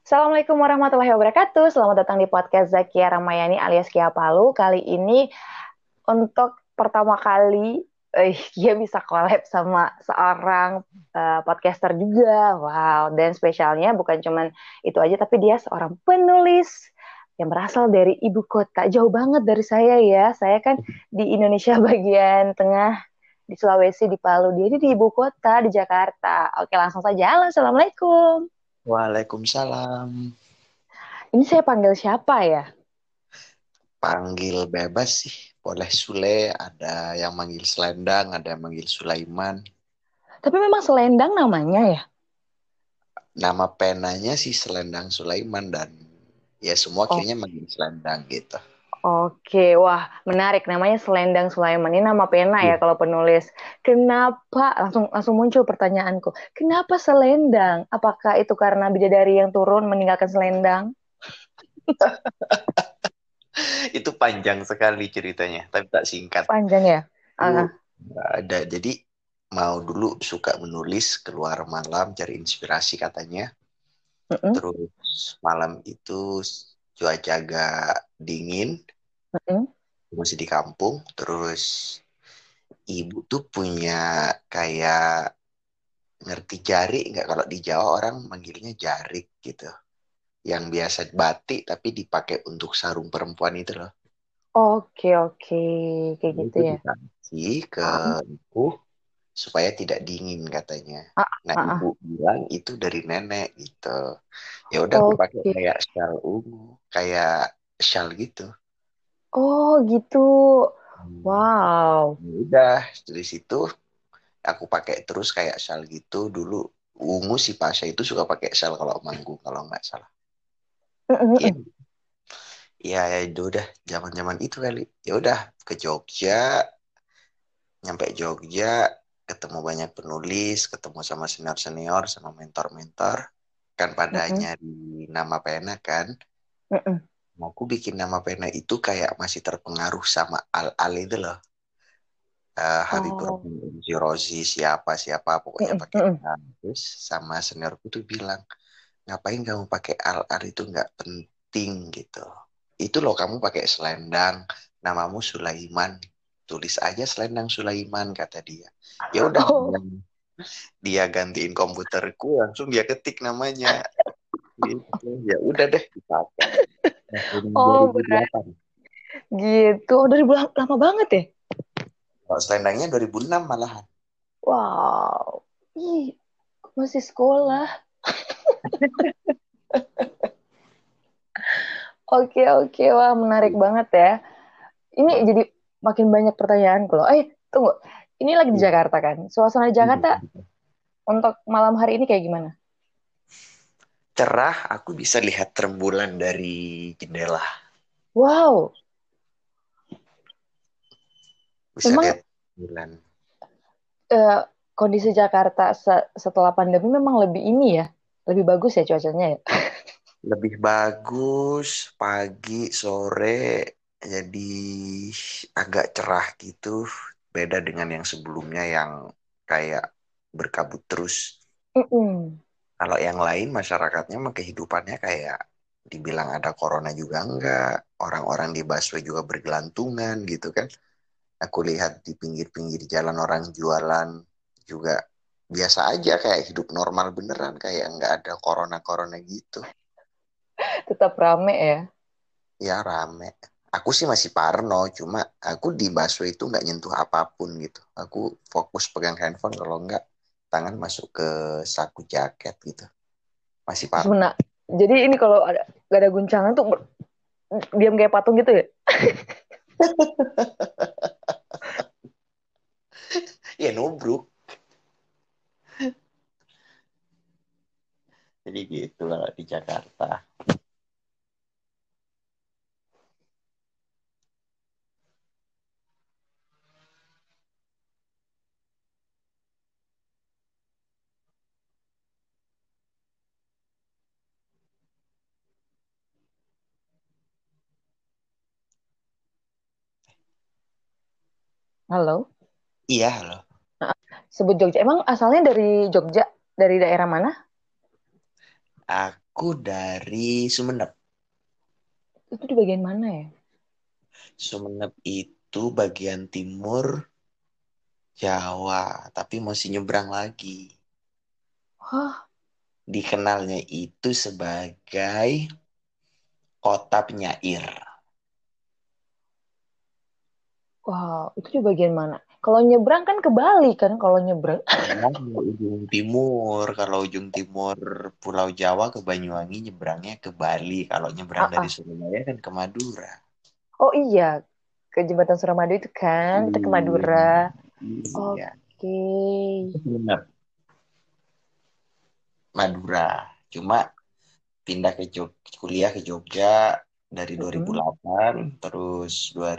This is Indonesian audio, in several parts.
Assalamualaikum warahmatullahi wabarakatuh. Selamat datang di podcast Zakia Ramayani alias Kia Palu. Kali ini untuk pertama kali dia bisa collab sama seorang podcaster juga. Wow, dan spesialnya bukan cuman itu aja tapi dia seorang penulis yang berasal dari ibu kota. Jauh banget dari saya ya. Saya kan di Indonesia bagian tengah, di Sulawesi, di Palu. Dia ini di ibu kota, di Jakarta. Oke, langsung saja. Halo, Assalamualaikum. Waalaikumsalam. Ini saya panggil siapa ya? Panggil bebas sih. Boleh Sule, ada yang manggil Selendang, ada yang manggil Sulaiman. Tapi memang selendang namanya ya? Nama penanya sih Selendang Sulaiman dan ya semua Oh, akhirnya manggil Selendang gitu. oke. Wah, menarik. Namanya Selendang Sulaiman. Ini nama pena ya Iya. kalau penulis. Kenapa? Langsung langsung muncul pertanyaanku. Kenapa selendang? Apakah itu karena bidadari yang turun meninggalkan selendang? Itu panjang sekali ceritanya, tapi tak singkat. Panjang ya? Itu Ah, ada jadi mau dulu suka menulis keluar malam cari inspirasi katanya. mm-mm, Terus malam itu cuaca agak dingin, mm-mm. masih di kampung. Terus ibu tuh punya kayak ngerti jari nggak kalau di Jawa orang manggilnya jarik gitu. Yang biasa batik tapi dipakai untuk sarung perempuan itu loh. Oke, oke. Kayak Nah, gitu itu ya. dikasih ke Ah, ibu supaya tidak dingin katanya. ah, Nah, ah, ibu ah. bilang itu dari nenek gitu. Ya udah aku pakai Oke. kayak shawl ungu, kayak shawl gitu. Oh, gitu. Hmm. Wow. Ya udah dari situ aku pakai terus kayak shawl gitu dulu. Ungu si Pasha itu suka pakai shawl kalau manggung kalau nggak salah. Iya, Mm-mm, ya, ya itu udah zaman-zaman itu kali. Ya udah ke Jogja, nyampe Jogja, ketemu banyak penulis, ketemu sama senior-senior, sama mentor-mentor. Kan pada mm-mm, nyari nama pena kan. mm-mm. Nah, aku bikin nama pena itu kayak masih terpengaruh sama Al-Al itu loh. Habibur Oh. Rahman, Rozi, siapa pokoknya Mm-mm, pakai mm-mm. Al. Terus sama seniorku tuh bilang, ngapain kamu pakai Al-Al itu nggak penting gitu. Itu loh kamu pakai selendang, namamu Sulaiman. Tulis aja selendang Sulaiman kata dia. Ya udah Oh, dia gantiin komputerku langsung dia ketik namanya. Gitu. Ya udah deh dipakai. Tahun oh, 2008. gitu. Oh, dari bulan lama banget ya? Kalau selendangnya 2006 malahan. Wow. Ih, aku masih sekolah. Oke, oke. Wah, menarik banget ya. Ini jadi makin banyak pertanyaan loh. Tunggu. Ini lagi di Jakarta kan? Suasana Jakarta untuk malam hari ini kayak gimana? Cerah, aku bisa lihat rembulan dari jendela. Wow. Bisa Memang lihat bulan. eh, kondisi Jakarta setelah pandemi memang lebih ini ya. Lebih bagus ya cuacanya ya. Lebih bagus pagi, sore, jadi agak cerah gitu. Beda dengan yang sebelumnya yang kayak berkabut terus. Mm-mm. Kalau yang lain masyarakatnya mah kehidupannya kayak dibilang ada corona juga enggak. Orang-orang di busway juga bergelantungan gitu kan. Aku lihat di pinggir-pinggir jalan orang jualan juga biasa aja kayak hidup normal beneran kayak nggak ada corona-corona gitu. Tetap rame ya. Ya rame. Aku sih masih parno, cuma aku di busway itu nggak nyentuh apapun gitu. Aku fokus pegang handphone kalau nggak tangan masuk ke saku jaket gitu. Masih parno. Sebenarnya. Jadi ini kalau ada gak ada guncangan tuh diam kayak patung gitu ya. Ya nubruk. Jadi gitu kalau di Jakarta. Halo. Iya, halo. Sebut Jogja. Emang asalnya dari Jogja? Dari daerah mana? Aku dari Sumeneb. Itu di bagian mana ya? Sumeneb itu bagian timur Jawa, tapi masih nyebrang lagi. Hah, Dikenalnya itu sebagai kota penyair. wow, itu di bagian mana? Kalau nyebrang kan ke Bali kan kalau nyebrang. Ya, ujung timur. Kalau ujung timur Pulau Jawa ke Banyuwangi, nyebrangnya ke Bali. Kalau nyebrang Ah, dari ah. Surabaya kan ke Madura. Oh iya, ke Jembatan Suramadu itu kan, kita ke Iya, Madura. iya. Oke. Benar, Madura. Cuma pindah ke kuliah ke Jogja dari Mm-mm. 2008, terus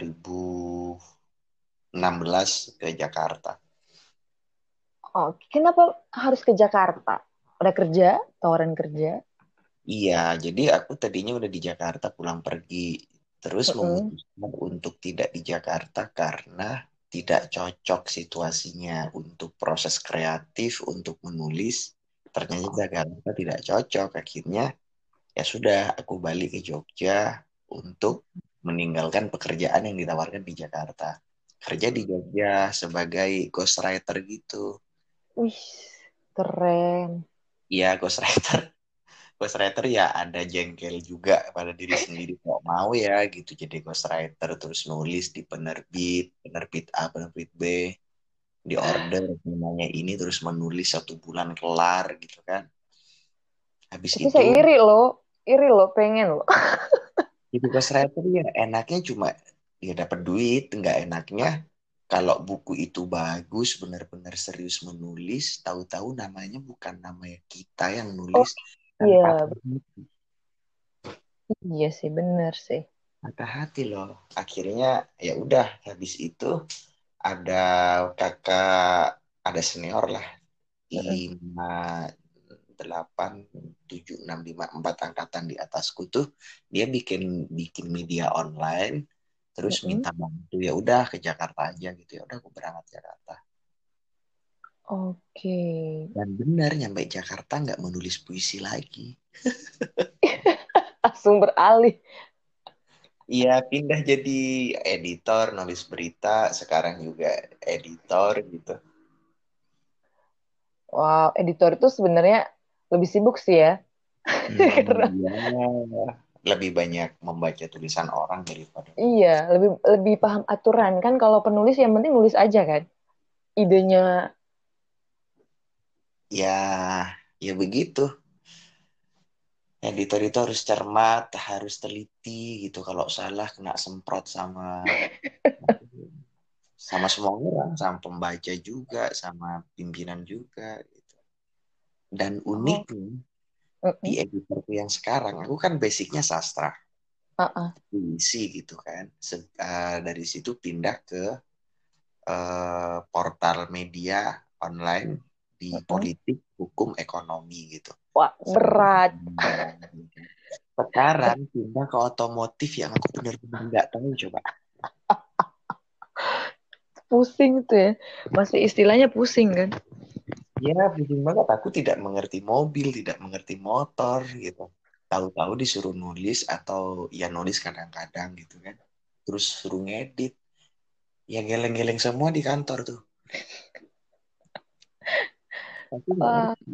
2016 ke Jakarta. Oh, kenapa harus ke Jakarta? Ada kerja, tawaran kerja? Iya, jadi aku tadinya udah di Jakarta pulang pergi, terus Mm-mm. memutuskan untuk tidak di Jakarta karena tidak cocok situasinya untuk proses kreatif, untuk menulis. Ternyata Jakarta tidak cocok. Akhirnya ya sudah, aku balik ke Jogja untuk meninggalkan pekerjaan yang ditawarkan di Jakarta. Kerja di Jogja sebagai ghostwriter gitu. Wih, keren. Iya, ghostwriter. Ghostwriter ya ada jengkel juga pada diri sendiri kok mau ya gitu jadi ghostwriter terus nulis di penerbit, penerbit A, penerbit B, di order namanya ini terus menulis 1 bulan kelar gitu kan. Habis Tapi itu saya iri loh, pengen loh. jadi ghostwriter ya enaknya cuma dia dapat duit, nggak enaknya kalau buku itu bagus, benar-benar serius menulis, tahu-tahu namanya bukan nama kita yang Oh nulis tanpa iya, teliti. iya sih, bener sih. Patah hati loh. Akhirnya ya udah habis itu ada kakak, ada senior lah, Mm-mm. 5, 8, 7, 6, 5, 4 angkatan di atasku tuh dia bikin bikin media online terus Mm-mm. minta bantu ya udah ke Jakarta aja gitu ya udah aku berangkat Jakarta Oke. dan benar nyampe Jakarta nggak menulis puisi lagi. Langsung beralih. Iya pindah jadi editor nulis berita sekarang juga editor gitu. Wow, editor itu sebenarnya lebih sibuk sih ya. Karena Ya, lebih banyak membaca tulisan orang daripada iya, menulis. lebih lebih paham aturan kan kalau penulis yang penting nulis aja kan. Idenya Ya, ya begitu. Editor itu harus cermat, harus teliti gitu. Kalau salah kena semprot sama sama semua orang, sama pembaca juga, sama pimpinan juga. Gitu. Dan oh, uniknya di mm-mm. editorku yang sekarang, aku kan basicnya sastra, Uh-uh. puisi gitu kan. Dari situ pindah ke portal media online di Mm-mm. politik, hukum, ekonomi gitu. Wah, berat. Sekarang pindah ke otomotif yang aku benar-benar nggak tahu coba. Pusing tuh ya. Masih istilahnya pusing kan. Ya, pusing banget. Aku tidak mengerti mobil, tidak mengerti motor gitu. Tahu-tahu disuruh nulis atau ya nulis kadang-kadang gitu kan. Terus suruh ngedit. Ya geleng-geleng semua di kantor tuh. Tapi nggak Wah, ngerti.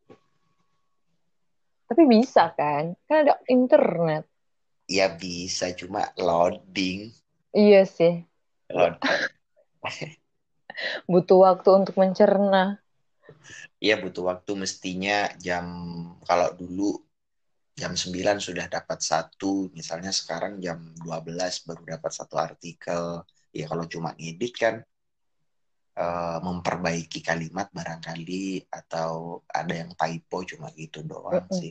tapi bisa kan? Kan ada internet. Ya bisa, cuma loading. Iya sih. Load. Butuh waktu untuk mencerna. Ya butuh waktu mestinya kalau dulu jam 9 sudah dapat satu, misalnya sekarang jam 12 baru dapat satu artikel. Ya kalau cuma ngedit kan memperbaiki kalimat barangkali atau ada yang typo cuma gitu doang Mm-mm. sih.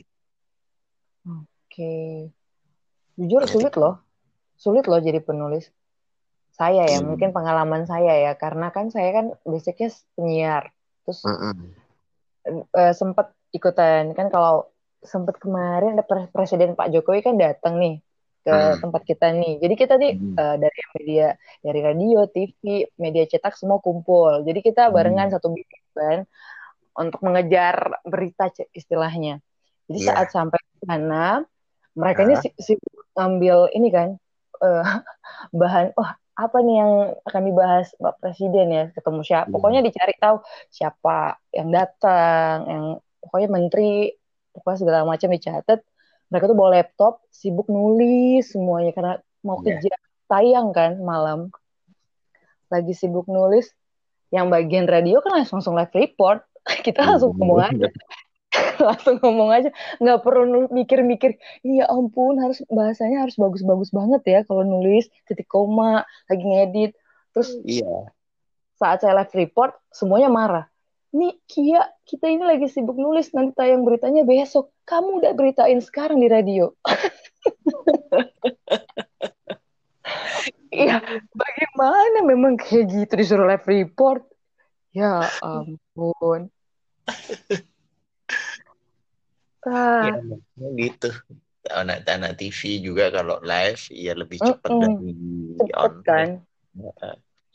Oke. Jujur Ya, sulit loh. Sulit loh jadi penulis. Saya ya, iya. mungkin pengalaman saya ya. Karena kan saya kan basicnya penyiar. Terus Mm-mm. sempet ikutan. Kan kalau sempet kemarin ada Presiden Pak Jokowi kan datang nih ke Mm. tempat kita nih. Jadi kita nih Mm. dari media, dari radio, TV, media cetak semua kumpul. Jadi kita barengan Mm. satu bilik kan untuk mengejar berita istilahnya. Jadi saat Iya. sampai ke sana, mereka ini Hah? ngambil ini kan, eh, bahan, wah apa nih yang akan dibahas Pak Presiden ya, ketemu siapa, pokoknya Iya. dicari tahu siapa yang datang, yang pokoknya menteri, pokoknya segala macam dicatat. Mereka tuh bawa laptop, sibuk nulis semuanya karena mau Iya. kejar tayang kan malam, lagi sibuk nulis. Yang bagian radio kan langsung live report, kita Iya, langsung ngomong aja, bener. langsung ngomong aja, nggak perlu mikir-mikir. Iya ampun, harus bahasanya harus bagus-bagus banget ya kalau nulis titik koma lagi ngedit. Terus Iya. saat saya live report semuanya marah. Nih Kia, kita ini lagi sibuk nulis, nanti tayang beritanya besok, kamu udah beritain sekarang di radio. Iya, bagaimana memang kayak gitu disuruh live report. Ya ampun. Ya, Ah, maksudnya gitu. Anak-anak TV juga kalau live ya lebih cepat mm-mm. dari Cepet kan. online. Heeh.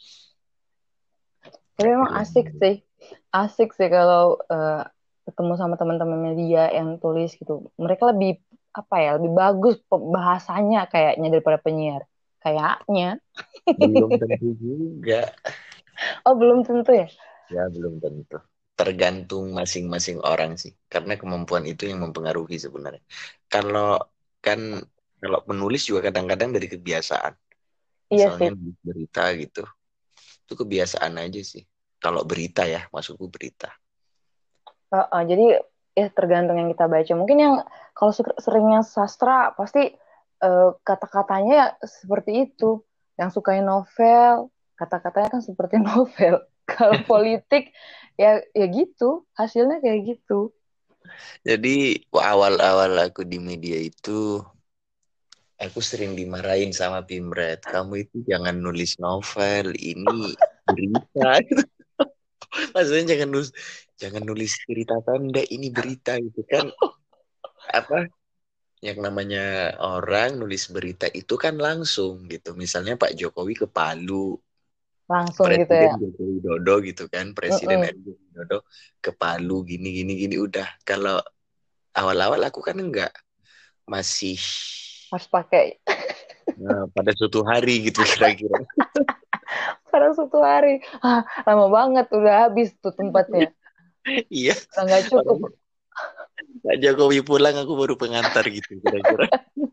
Tapi Tapi emang asik sih. Asik sih kalau ketemu sama teman-teman media yang tulis gitu. Mereka lebih apa ya, lebih bagus bahasanya kayaknya daripada penyiar. Kayaknya. belum tentu juga. Oh, belum tentu ya? Ya, belum tentu. Tergantung masing-masing orang sih. Karena kemampuan itu yang mempengaruhi sebenarnya. Kalau kan kalau penulis juga kadang-kadang dari kebiasaan. Iya Misalnya sih. nulis berita gitu. Itu kebiasaan aja sih. Kalau berita ya, maksudku berita. Jadi ya tergantung yang kita baca. Mungkin yang kalau seringnya sastra pasti kata-katanya ya seperti itu. Yang sukain novel, kata-katanya kan seperti novel. Kalau politik ya gitu, hasilnya kayak gitu. Jadi awal-awal aku di media itu aku sering dimarahin sama Pimret. Kamu itu jangan nulis novel, ini berita. Maksudnya jangan nulis cerita pendek, ini berita gitu kan. Apa yang namanya orang nulis berita itu kan langsung gitu. Misalnya Pak Jokowi ke Palu, Langsung gitu Presiden ya. Joko Widodo gitu kan, Presiden Mm-mm. RI Joko Widodo ke Palu gini gini gini udah. Kalau awal-awal aku kan enggak, masih Harus pakai pada suatu hari gitu kira-kira. pada suatu hari. Lama banget udah habis tuh tempatnya. Iya, Udah nggak cukup. orang Pak Jokowi pulang aku baru pengantar gitu kira-kira.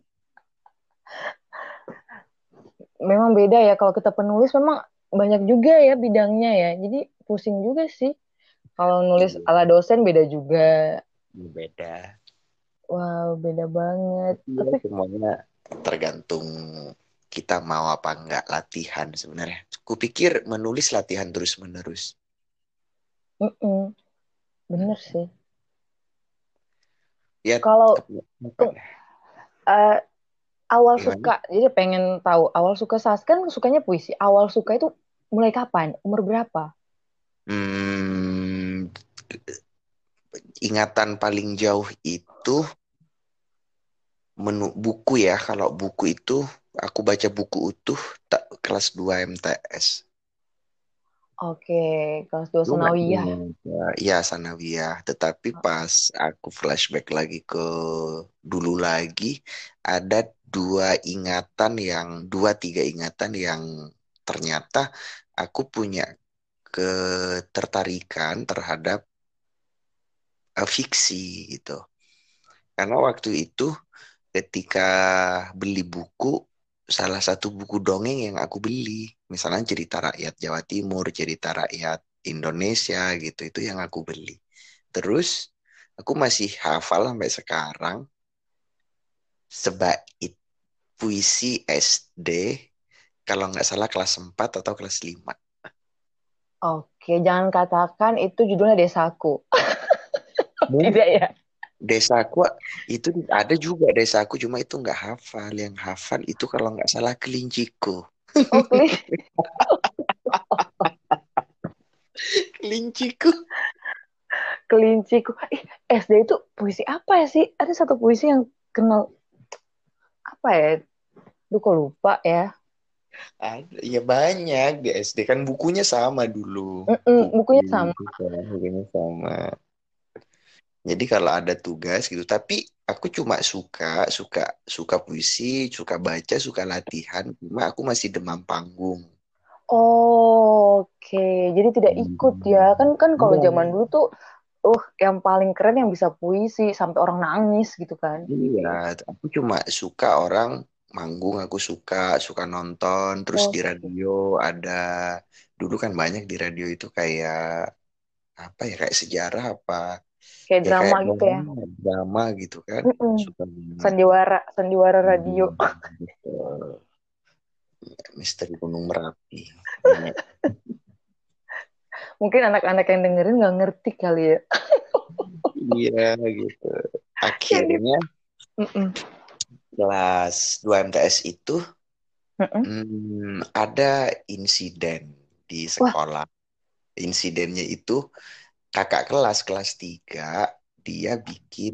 Memang beda ya kalau kita penulis memang banyak juga ya bidangnya ya. Jadi pusing juga sih. Kalau nulis Iya, ala dosen beda juga. beda. Wow, beda banget. Tapi ya Tapi semuanya tergantung kita mau apa enggak latihan sebenarnya. Kupikir menulis latihan terus-menerus. mm-mm, bener sih. Ya, Kalau apa tuh ya? eh, awal Gimana? suka, jadi pengen tahu awal suka kan sukanya puisi. Awal suka itu mulai kapan? Umur berapa? Hmm, ingatan paling jauh itu buku ya. Kalau buku itu aku baca buku utuh tak kelas 2 MTS. Oke, kelas 2 Lu nggak Sanawiyah. ternyata ya sanawiyah, tetapi pas aku flashback lagi ke dulu lagi, ada dua tiga ingatan yang ternyata aku punya ketertarikan terhadap fiksi gitu. Karena waktu itu ketika beli buku, salah satu buku dongeng yang aku beli, misalnya cerita rakyat Jawa Timur, cerita rakyat Indonesia gitu, itu yang aku beli. Terus aku masih hafal sampai sekarang sebait puisi SD, kalau nggak salah kelas 4 atau kelas 5. Oke, jangan katakan itu judulnya Desaku. Mungkin Tidak ya? desaku itu ada juga desaku, cuma itu nggak hafal. Yang hafal itu kalau nggak salah kelinciku. Oh, Kelinciku. Kelinciku. SD itu puisi apa ya sih? Ada satu puisi yang kenal apa ya? Duh, kok lupa ya. Ada, ya banyak di SD kan bukunya sama dulu. Mm-mm, Buku bukunya sama. itu kan bukunya sama. Jadi kalau ada tugas gitu, tapi aku cuma suka suka suka puisi, suka baca, suka latihan, cuma aku masih demam panggung. Oke, jadi tidak ikut ya. Kan kan kalau Iya, zaman dulu tuh yang paling keren yang bisa puisi sampai orang nangis gitu kan. iya, aku cuma suka orang manggung, aku suka suka nonton, terus di Oke. radio ada dulu kan banyak di radio itu kayak apa ya kayak sejarah apa Kayak ya drama kayak gitu ya. drama gitu kan Mm-mm. suka banget. Sandiwara radio. Gitu. Misteri Gunung Merapi banyak. Mungkin anak-anak yang dengerin nggak ngerti kali ya. Iya gitu. Yang di Akhirnya Mm-mm. kelas 2 MTS itu Mm-mm. ada insiden di Wah, sekolah. Insidennya itu kakak kelas 3 dia bikin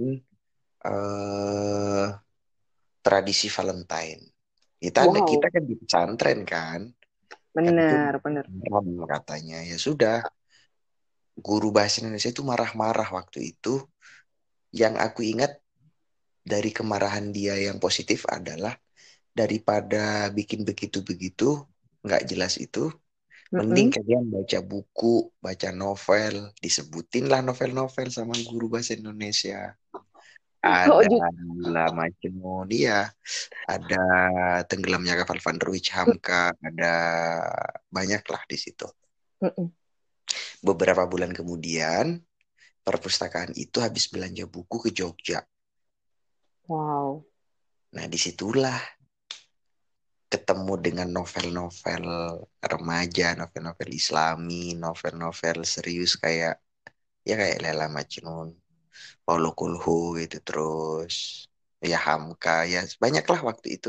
eh, tradisi Valentine. Kita wow. kan di pesantren kan. Kami tuh Bener, bener. haram katanya. Ya sudah, guru bahasa Indonesia itu marah-marah waktu itu. Yang aku ingat dari kemarahan dia yang positif adalah daripada bikin begitu-begitu nggak jelas itu, mending Mm-mm. kalian baca buku, baca novel, disebutin lah novel-novel sama guru bahasa Indonesia. Oh, Ada Lama Cemo dia, ada Tenggelamnya Kapal Van der Wijk Hamka, ada banyak lah di situ. Mm-mm. Beberapa bulan kemudian, perpustakaan itu habis belanja buku ke Jogja. Wow. Nah, disitulah ketemu dengan novel-novel remaja, novel-novel Islami, novel-novel serius kayak ya kayak Lela Majnun, Paulo Coelho gitu terus ya Hamka ya banyaklah waktu itu.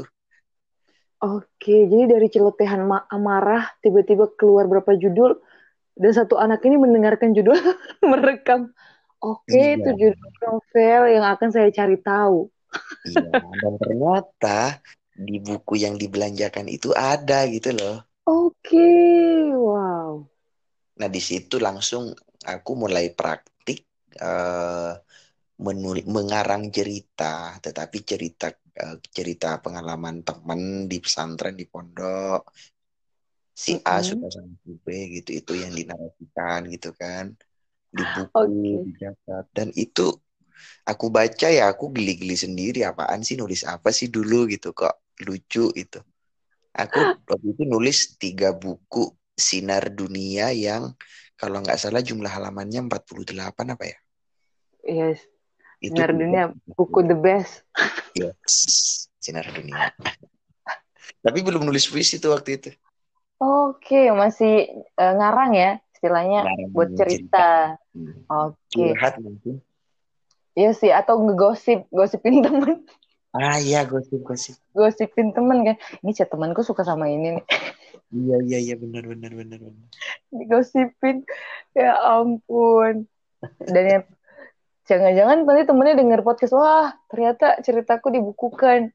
Oke, jadi dari celotehan amarah tiba-tiba keluar berapa judul dan satu anak ini mendengarkan judul merekam. Oke, itu Iya, judul novel yang akan saya cari tahu. iya. Dan ternyata di buku yang dibelanjakan itu ada gitu loh. Oke, wow. Nah, di situ langsung aku mulai praktik eh, mengarang cerita, tetapi cerita pengalaman teman di pesantren di pondok. Si A suka Mm-mm. sama si B gitu, itu yang dinarasikan gitu kan di buku Oke. dicatat dan itu aku baca ya aku geli-geli sendiri apaan sih nulis apa sih dulu gitu kok lucu itu. Aku waktu itu nulis 3 buku sinar dunia yang kalau nggak salah jumlah halamannya 48 apa ya? Yes, Itu Sinar tiga. Dunia, buku the best. Yes, sinar dunia. Tapi belum nulis puisi itu waktu itu. Oke, masih ngarang ya, istilahnya Ngarang buat cerita. cerita. Hmm. Oke, Curhat mungkin. iya sih, atau ngegosip, gosipin temen, Ah iya gosip-gosip. gosipin temen kan. Ini chat temanku suka sama ini nih, Iya iya iya benar benar benar benar. digosipin. Ya ampun. Dan ya, jangan-jangan nanti temennya denger podcast, wah ternyata ceritaku dibukukan.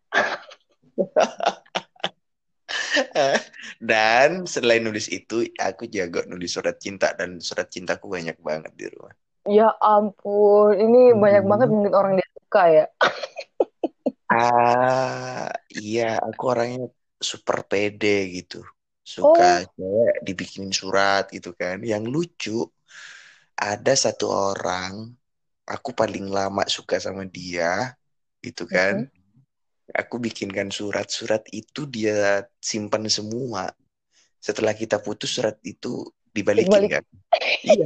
Dan selain nulis itu, aku jago nulis surat cinta dan surat cintaku banyak banget di rumah. Ya ampun, ini banyak banget Mhm. mungkin orang dia suka ya. Iya, aku orangnya super pede gitu. Suka Oh, cewek dibikinin surat gitu kan. Yang lucu, ada satu orang, aku paling lama suka sama dia, gitu kan. mm-mm. Aku bikinkan surat-surat itu dia simpan semua. Setelah kita putus surat itu dibalikin Dibalik, kan. Iya.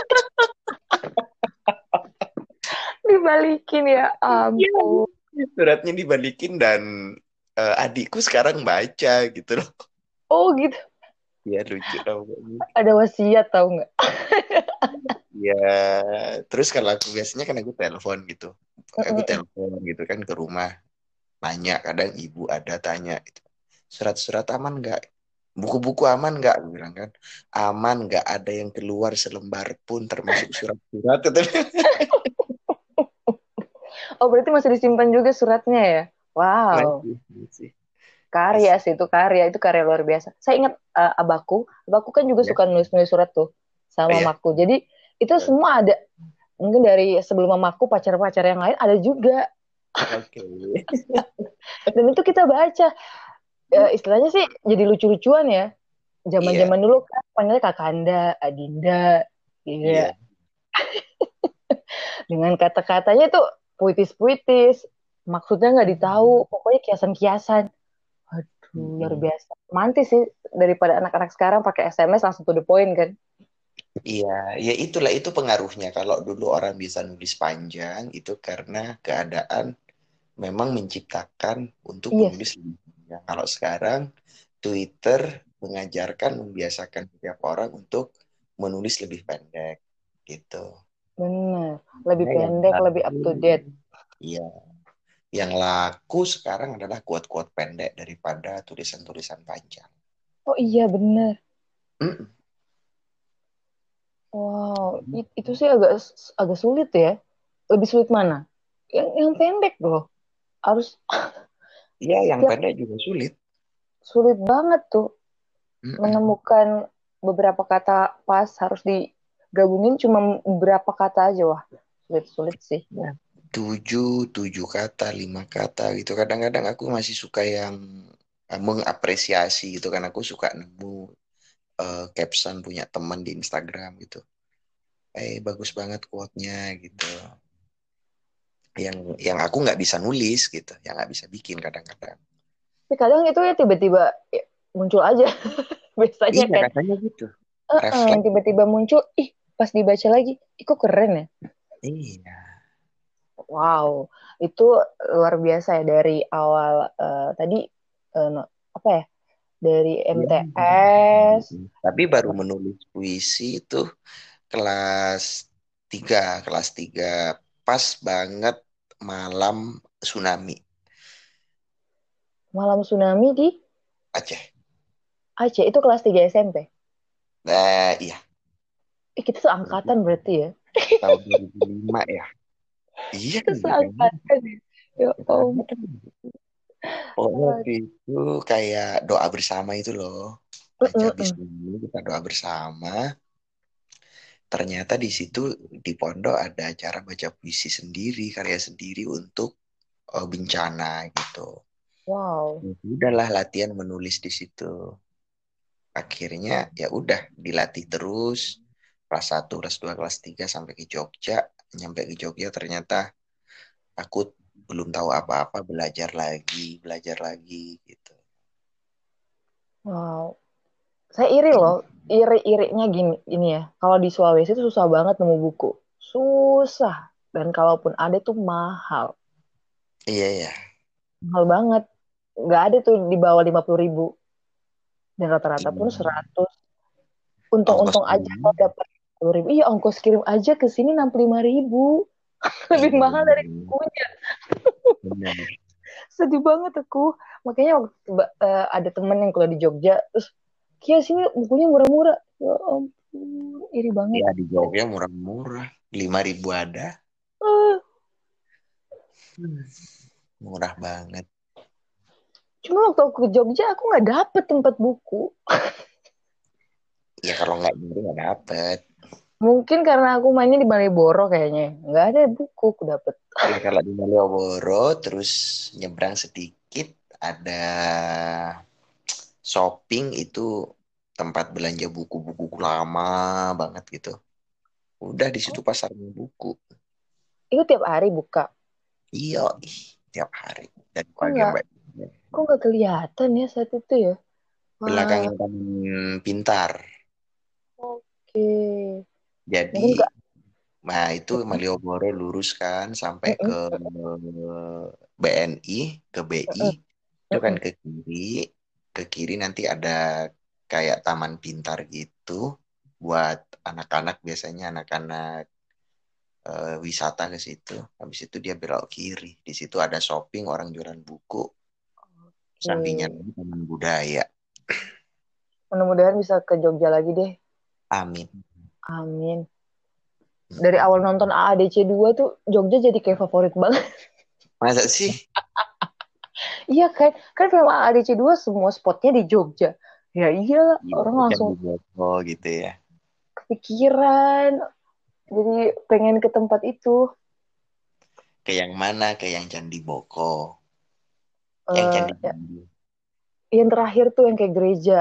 dibalikin ya Iya. ampun. Suratnya dibalikin dan adikku sekarang baca gitu loh. Oh gitu, Ya lucu tau pokoknya. ada wasiat tahu nggak? Ya, terus kalau aku biasanya kan aku telepon gitu. Aku Mm-mm. telepon gitu kan ke rumah. Tanya, kadang ibu ada tanya gitu. Surat-surat aman nggak? Buku-buku aman nggak? Aku bilang kan. Aman nggak ada yang keluar selembar pun termasuk surat-surat. Oh berarti masih disimpan juga suratnya ya? Wow, Masih, masih, karya masih. sih itu karya luar biasa. Saya ingat abahku kan juga Ya, suka nulis-nulis surat tuh sama oh ya. mamaku. Jadi itu semua ada mungkin dari sebelum mamaku pacar-pacar yang lain ada juga. Oke. Dan itu kita baca. Istilahnya sih jadi lucu-lucuan ya. Iya, Zaman-zaman dulu kan panggilnya Kakanda, Adinda, gitu ya. iya. Dengan kata-katanya tuh puitis-puitis. Maksudnya nggak ditahu, pokoknya kiasan-kiasan. Aduh, luar Mm-mm. biasa. Mantis sih daripada anak-anak sekarang pakai SMS langsung to the point kan. Iya, ya itulah itu pengaruhnya. Kalau dulu orang bisa nulis panjang, itu karena keadaan memang menciptakan untuk Iya penulis sih, lebih panjang. Kalau sekarang Twitter mengajarkan, membiasakan setiap orang untuk menulis lebih pendek, gitu. bener. Lebih Nah, yang pendek, lebih up laku, to date. ya, yang laku sekarang adalah quote-quote pendek daripada tulisan-tulisan panjang. Oh iya, bener. Mm-mm. Wow, itu sih agak agak sulit ya. Lebih sulit mana? Yang pendek loh. Harus Iya, yang tiap pendek juga sulit. sulit banget tuh Mm-mm. menemukan beberapa kata pas harus digabungin cuma beberapa kata aja. Wah, sulit-sulit sih. Ya, tujuh kata, 5 kata gitu. Kadang-kadang aku masih suka yang mengapresiasi gitu kan. Aku suka nemu caption punya teman di Instagram gitu. Bagus banget quote-nya gitu. Yang aku nggak bisa nulis gitu, yang nggak bisa bikin kadang-kadang. Tapi kadang itu ya tiba-tiba ya, muncul aja. Biasanya Iya kan. katanya gitu. Yang Refleks. tiba-tiba muncul, ih pas dibaca lagi, ih kok keren ya. Iya. Wow, itu luar biasa ya dari awal tadi apa ya? Dari Iya. MTS. Tapi baru menulis puisi itu kelas 3, kelas 3 pas banget malam tsunami Malam Tsunami di Aceh. Aceh, itu kelas 3 SMP. Iya, Kita seangkatan berarti ya. tahun 2005 ya. Iya Kita kan gitu. seangkatan ya. Ya om. Pokoknya waktu itu kayak doa bersama itu loh. Lagi habis Mm-mm. ini kita doa bersama. Ternyata di situ di pondok ada acara baca puisi sendiri, karya sendiri untuk bencana gitu. Wow. Udahlah latihan menulis di situ. Akhirnya ya udah dilatih terus. Kelas 1, kelas 2, kelas 3 sampai ke Jogja. Nyampe ke Jogja ternyata aku belum tahu apa-apa, belajar lagi gitu. Wow. Saya iri loh. Iri-irinya gini ya. Kalau di Sulawesi itu susah banget nemu buku. Susah. Dan kalaupun ada tuh mahal. Iya ya, Mahal banget. Nggak ada tuh di bawah 50.000. Dan rata-rata pun iya. 100. Ongkos Untung-untung aja dulu. kalau dapat 10.000. Iya, ongkos kirim aja ke sini 65.000. Lebih Iya mahal dari benar, bukunya. benar. Sedih banget aku. Makanya waktu ada temen yang kuliah di Jogja. Terus, Kia sini bukunya murah-murah. Ya ampun, iri banget. Ya di Jogja murah-murah, 5.000 ada. Eh, Hmm, Murah banget. Cuma waktu aku ke Jogja, aku nggak dapet tempat buku. Ya kalau nggak nyari nggak dapet. Mungkin karena aku mainnya di Malioboro kayaknya. Nggak ada buku aku dapet. Ya kalau di Malioboro terus nyebrang sedikit ada shopping itu tempat belanja buku-buku lama banget gitu. Udah di situ pasarnya buku. Itu tiap hari buka. Iya, tiap hari dari Kok pagi nggak, sampai kok nggak kelihatan ya saat itu ya? Wah, belakangnya Taman Pintar. oke. Jadi, Mungkin nggak. nah itu Malioboro lurus kan sampai ke Mm-mm, BNI, ke BI, mm-mm, itu kan mm-mm. ke kiri nanti ada kayak Taman Pintar gitu buat anak-anak biasanya anak-anak wisata ke situ. Habis itu dia belok kiri. Di situ ada shopping, orang jualan buku. Sampingnya Oke. lagi Taman Budaya. Mudah-mudahan bisa ke Jogja lagi deh. Amin. Amin. Dari awal nonton AADC 2 tuh Jogja jadi kayak favorit banget. Masa sih? Iya kan? Kan film AADC 2 semua spotnya di Jogja. Ya iyalah, Iya, orang kan langsung di Boto gitu ya. kepikiran. Jadi pengen ke tempat itu. Ke yang mana? Ke yang Candi Boko. Yang Eh Candi ya, Boko. yang terakhir tuh yang kayak gereja.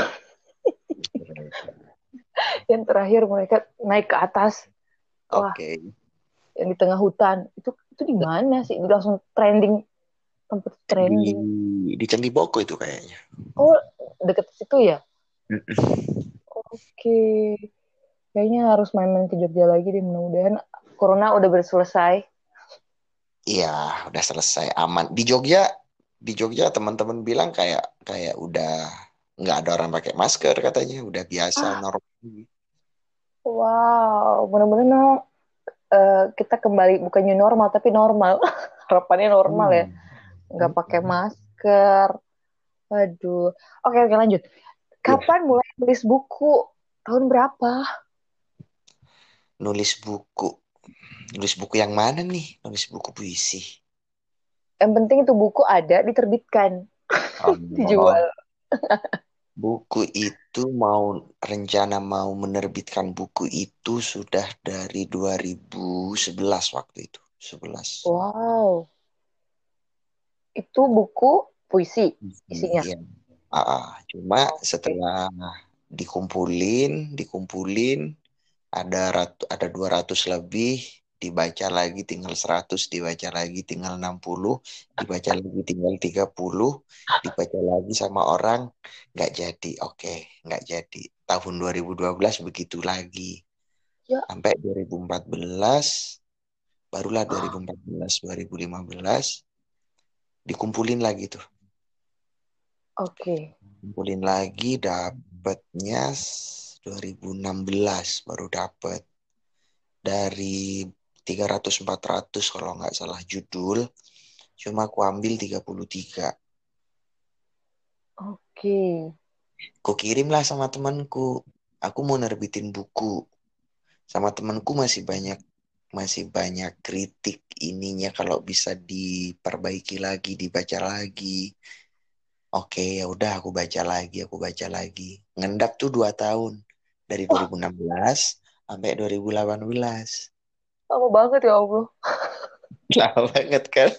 Yang terakhir mereka naik ke atas. Wah, Oke. yang di tengah hutan. Itu di mana sih? Langsung trending, tempat Di trending. di Candi Boko itu kayaknya. Oh, deket situ ya? Mm-mm. Oke. Kayaknya harus main-main ke Jogja lagi deh. Mudah-mudahan Corona udah berselesai. Iya, udah selesai aman. Di Jogja teman-teman bilang kayak kayak udah nggak ada orang pakai masker katanya, udah biasa Ah, normal. wow. Mudah-mudahan kita kembali bukan new normal tapi normal. Harapannya normal ya. Hmm. Nggak pakai Mm-mm. masker. Aduh. Oke, oke lanjut. Ya, Kapan mulai tulis buku? Tahun berapa? nulis buku. Nulis buku yang mana nih? Nulis buku puisi. Yang penting itu buku ada, diterbitkan, Oh, dijual. buku itu rencana mau menerbitkan buku itu sudah dari 2011 waktu itu. 11. Wow. Itu buku puisi isinya. Iya. Cuma Oke. setelah dikumpulin, dikumpulin ada 200 lebih, dibaca lagi tinggal 100, dibaca lagi tinggal 60, dibaca lagi tinggal 30, dibaca lagi sama orang, nggak jadi. Oke, nggak jadi. Tahun 2012 begitu lagi. Ya. Sampai 2014, barulah 2014, 2015, dikumpulin lagi tuh. Oke. Kumpulin lagi, dapatnya 2016 baru dapat. Dari 300-400 kalau nggak salah judul, cuma aku ambil 33. Oke. Ku kirimlah sama temanku. Aku mau nerbitin buku. Sama temanku masih banyak kritik ininya kalau bisa diperbaiki lagi, dibaca lagi. Oke, ya udah aku baca lagi. Ngendap tuh 2 tahun. Dari Wah, 2016 sampai 2018. lama banget ya Allah. Lama banget kan?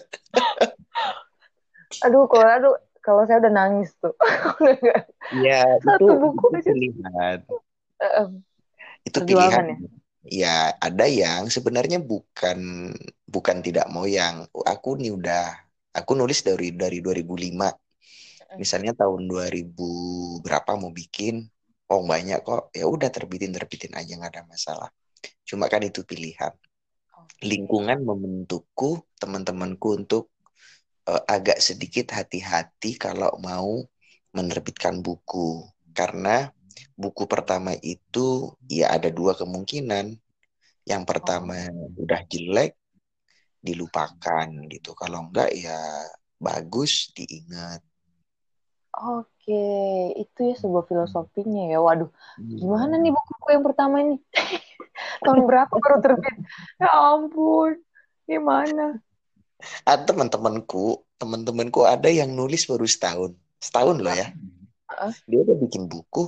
Kalau saya udah nangis tuh. Ya, itu Satu buku itu aja. pilihan. Eh, em, Itu pilihan. Perjuangan ya. Ya, ada yang sebenarnya bukan bukan tidak mau yang aku nih aku nulis dari 2005. Misalnya tahun 2000 berapa mau bikin, oh banyak kok. Ya udah terbitin terbitin aja nggak ada masalah. Cuma kan itu pilihan. Oke. Lingkungan membentukku, teman-temanku untuk agak sedikit hati-hati kalau mau menerbitkan buku. Karena buku pertama itu ya ada dua kemungkinan. Yang pertama Oh, udah jelek, dilupakan gitu. Kalau enggak ya bagus, diingat. oke. Itu ya sebuah filosofinya ya. Waduh, gimana nih Iya. bukuku yang pertama ini? Tahun berapa baru terbit? Ya ampun. Gimana? Ada teman-temanku ada yang nulis baru setahun. Setahun loh ya. Heeh. Dia udah bikin buku.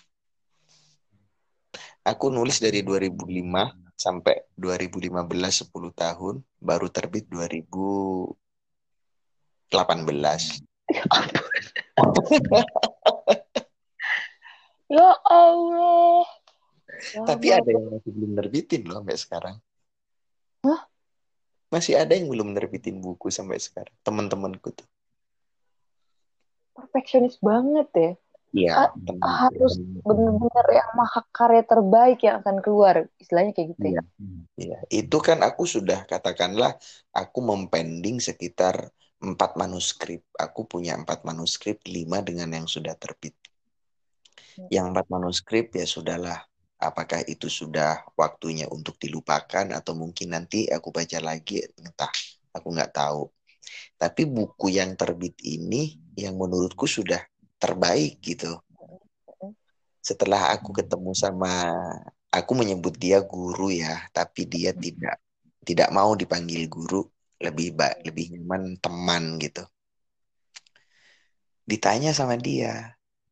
Aku nulis dari 2005 sampai 2015, 10 tahun, baru terbit 2018. Ya ampun. Ya Allah. Tapi Lama ada yang banget. masih belum nerbitin loh sampai sekarang. Hah? Masih ada yang belum nerbitin buku sampai sekarang. Teman-temanku tuh. Perfeksionis banget ya. Iya, Ah, harus benar-benar yang mahakarya terbaik yang akan keluar. Istilahnya kayak gitu ya. iya, iya. Itu kan aku sudah katakanlah aku mempending sekitar 4 manuskrip. Aku punya 4 manuskrip, 5 dengan yang sudah terbit. Yang 4 manuskrip ya sudahlah. Apakah itu sudah waktunya untuk dilupakan atau mungkin nanti aku baca lagi, entah. Aku nggak tahu. Tapi buku yang terbit ini yang menurutku sudah terbaik gitu. Setelah aku ketemu sama, aku menyebut dia guru ya, tapi dia tidak tidak mau dipanggil guru, lebih nyaman teman gitu. Ditanya sama dia,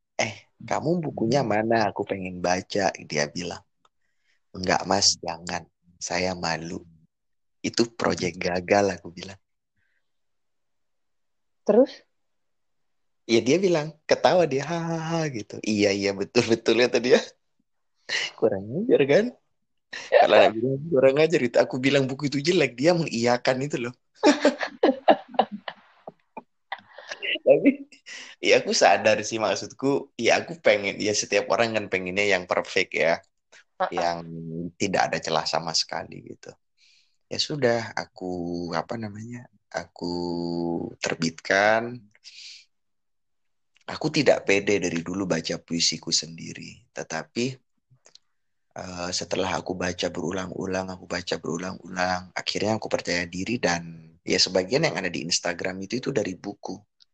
kamu bukunya mana? Aku pengen baca. Dia bilang, enggak mas, jangan. Saya malu. Itu proyek gagal, aku bilang. Terus? Ya dia bilang, ketawa dia, hahaha gitu. Iya, iya, betul-betul ya tadi ya. Kurang ajar kan? Kalau anak bilang kurang ajar itu, aku bilang buku itu jelek, dia mengiyakan itu loh. Tapi ya aku sadar sih maksudku, ya aku pengen, ya setiap orang kan pengennya yang perfect ya, yang tidak ada celah sama sekali gitu. Ya sudah, aku apa namanya, aku terbitkan. Aku tidak pede dari dulu baca puisiku sendiri, tetapi setelah aku baca berulang-ulang, akhirnya aku percaya diri dan ya sebagian yang ada di Instagram itu dari buku.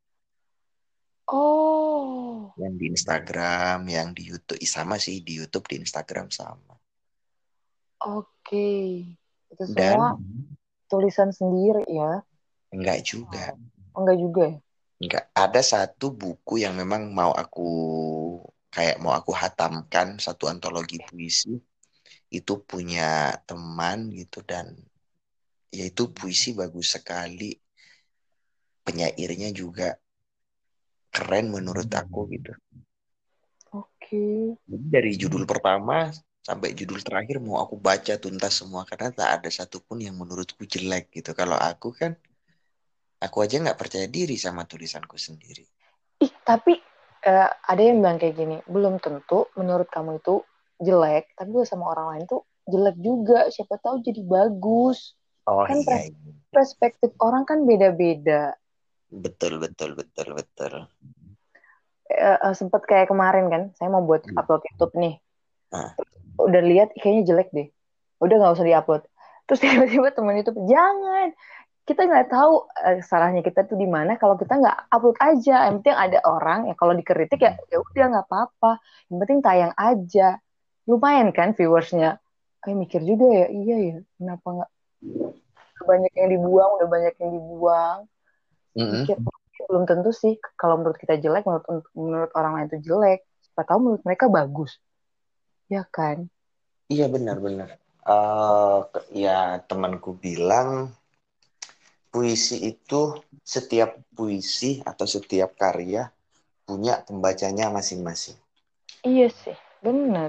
Oh, Yang di Instagram, yang di YouTube, sama sih di YouTube, di Instagram sama. oke. Itu Dan semua tulisan sendiri ya? enggak juga, Oh, enggak juga ya? enggak ada satu buku yang memang mau aku kayak mau aku hatamkan satu antologi puisi itu punya teman gitu dan yaitu puisi bagus sekali, penyairnya juga keren menurut aku gitu. Oke. Jadi dari judul pertama sampai judul terakhir mau aku baca tuntas semua karena tak ada satupun yang menurutku jelek gitu. Kalau aku kan, aku aja nggak percaya diri sama tulisanku sendiri. Ih, tapi ada yang bilang kayak gini, belum tentu menurut kamu itu jelek, tapi sama orang lain tuh jelek juga. Siapa tahu jadi bagus. Oh Kan iya, iya. perspektif orang kan beda-beda. Betul, betul, betul, betul. Sempet kayak kemarin kan, saya mau buat Hmm. upload YouTube nih. Nah, Udah lihat kayaknya jelek deh. Udah nggak usah diupload. Terus tiba-tiba temen YouTube, jangan. Kita nggak tahu salahnya kita tuh di mana kalau kita nggak upload aja. Yang penting ada orang ya kalau dikritik ya ya udah nggak apa-apa. Yang penting tayang aja. Lumayan kan viewersnya. Kayak mikir juga ya, iya ya. Kenapa nggak udah banyak yang dibuang, udah banyak yang dibuang. mm-mm. Mikir belum tentu sih kalau menurut kita jelek, menurut orang lain itu jelek. Siapa tahu menurut mereka bagus, ya kan? Iya benar-benar. Ya temanku bilang puisi itu setiap puisi atau setiap karya punya pembacanya masing-masing. Iya sih, bener.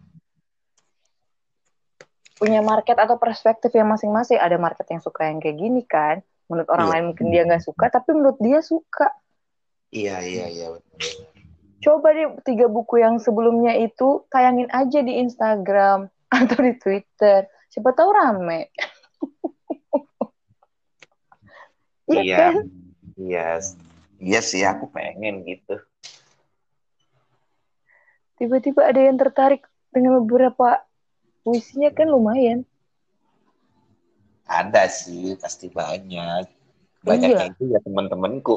Punya market atau perspektif yang masing-masing. Ada market yang suka yang kayak gini kan. Menurut orang Iya, lain mungkin dia nggak suka, tapi menurut dia suka. iya, iya, iya. Coba deh 3 buku yang sebelumnya itu tayangin aja di Instagram atau di Twitter. Siapa tahu rame. Iya Iya, kan? iya, iya sih aku pengen gitu. Tiba-tiba ada yang tertarik dengan beberapa puisinya kan lumayan. Ada sih, pasti banyak. Banyaknya Iya. itu ya teman-temanku.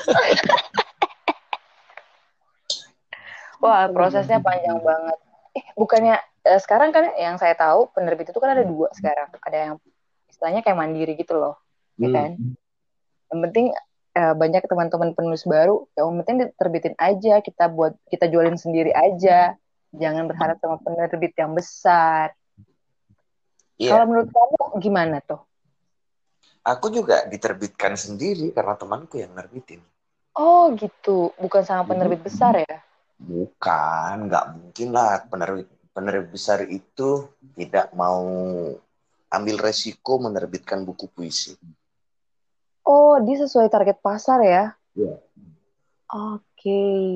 Wah, prosesnya panjang banget. Bukannya sekarang kan yang saya tahu penerbit itu kan ada 2 sekarang. Ada yang istilahnya kayak mandiri gitu loh. Ya Hmm. kan? Yang penting banyak teman-teman penulis baru, yang penting diterbitin aja, kita jualin sendiri aja. Jangan berharap sama penerbit yang besar. Kalau Iya, menurut kamu gimana tuh? aku juga diterbitkan sendiri karena temanku yang nerbitin. Oh gitu, bukan sama Jadi penerbit besar ya? bukan, nggak mungkin lah penerbit penerbit besar itu tidak mau ambil resiko menerbitkan buku puisi. Oh, dia sesuai target pasar ya? Iya. Oke.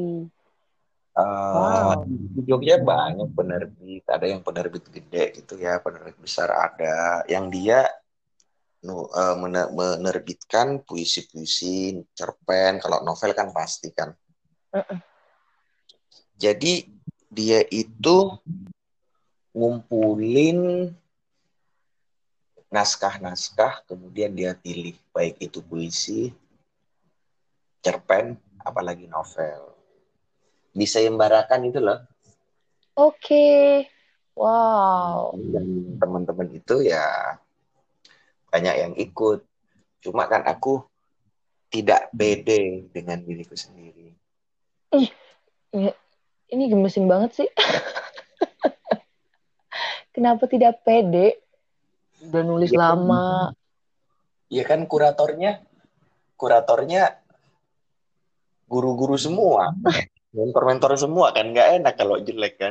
Eh, Wow. di Jogja banyak penerbit, ada yang penerbit gede gitu ya, penerbit besar ada, yang dia menerbitkan puisi-puisi, cerpen, kalau novel kan pasti kan. Mm-mm. Jadi dia itu ngumpulin naskah-naskah, kemudian dia pilih baik itu puisi, cerpen, apalagi novel. Disayembarakan itu loh. Oke. Wow. Dan teman-teman itu ya banyak yang ikut. Cuma kan aku tidak pede dengan diriku sendiri. Ih, ini gemesin banget sih. Kenapa tidak pede? Udah nulis Iya kan, lama. iya kan kuratornya guru-guru semua, mentor-mentor semua kan nggak enak kalau jelek kan.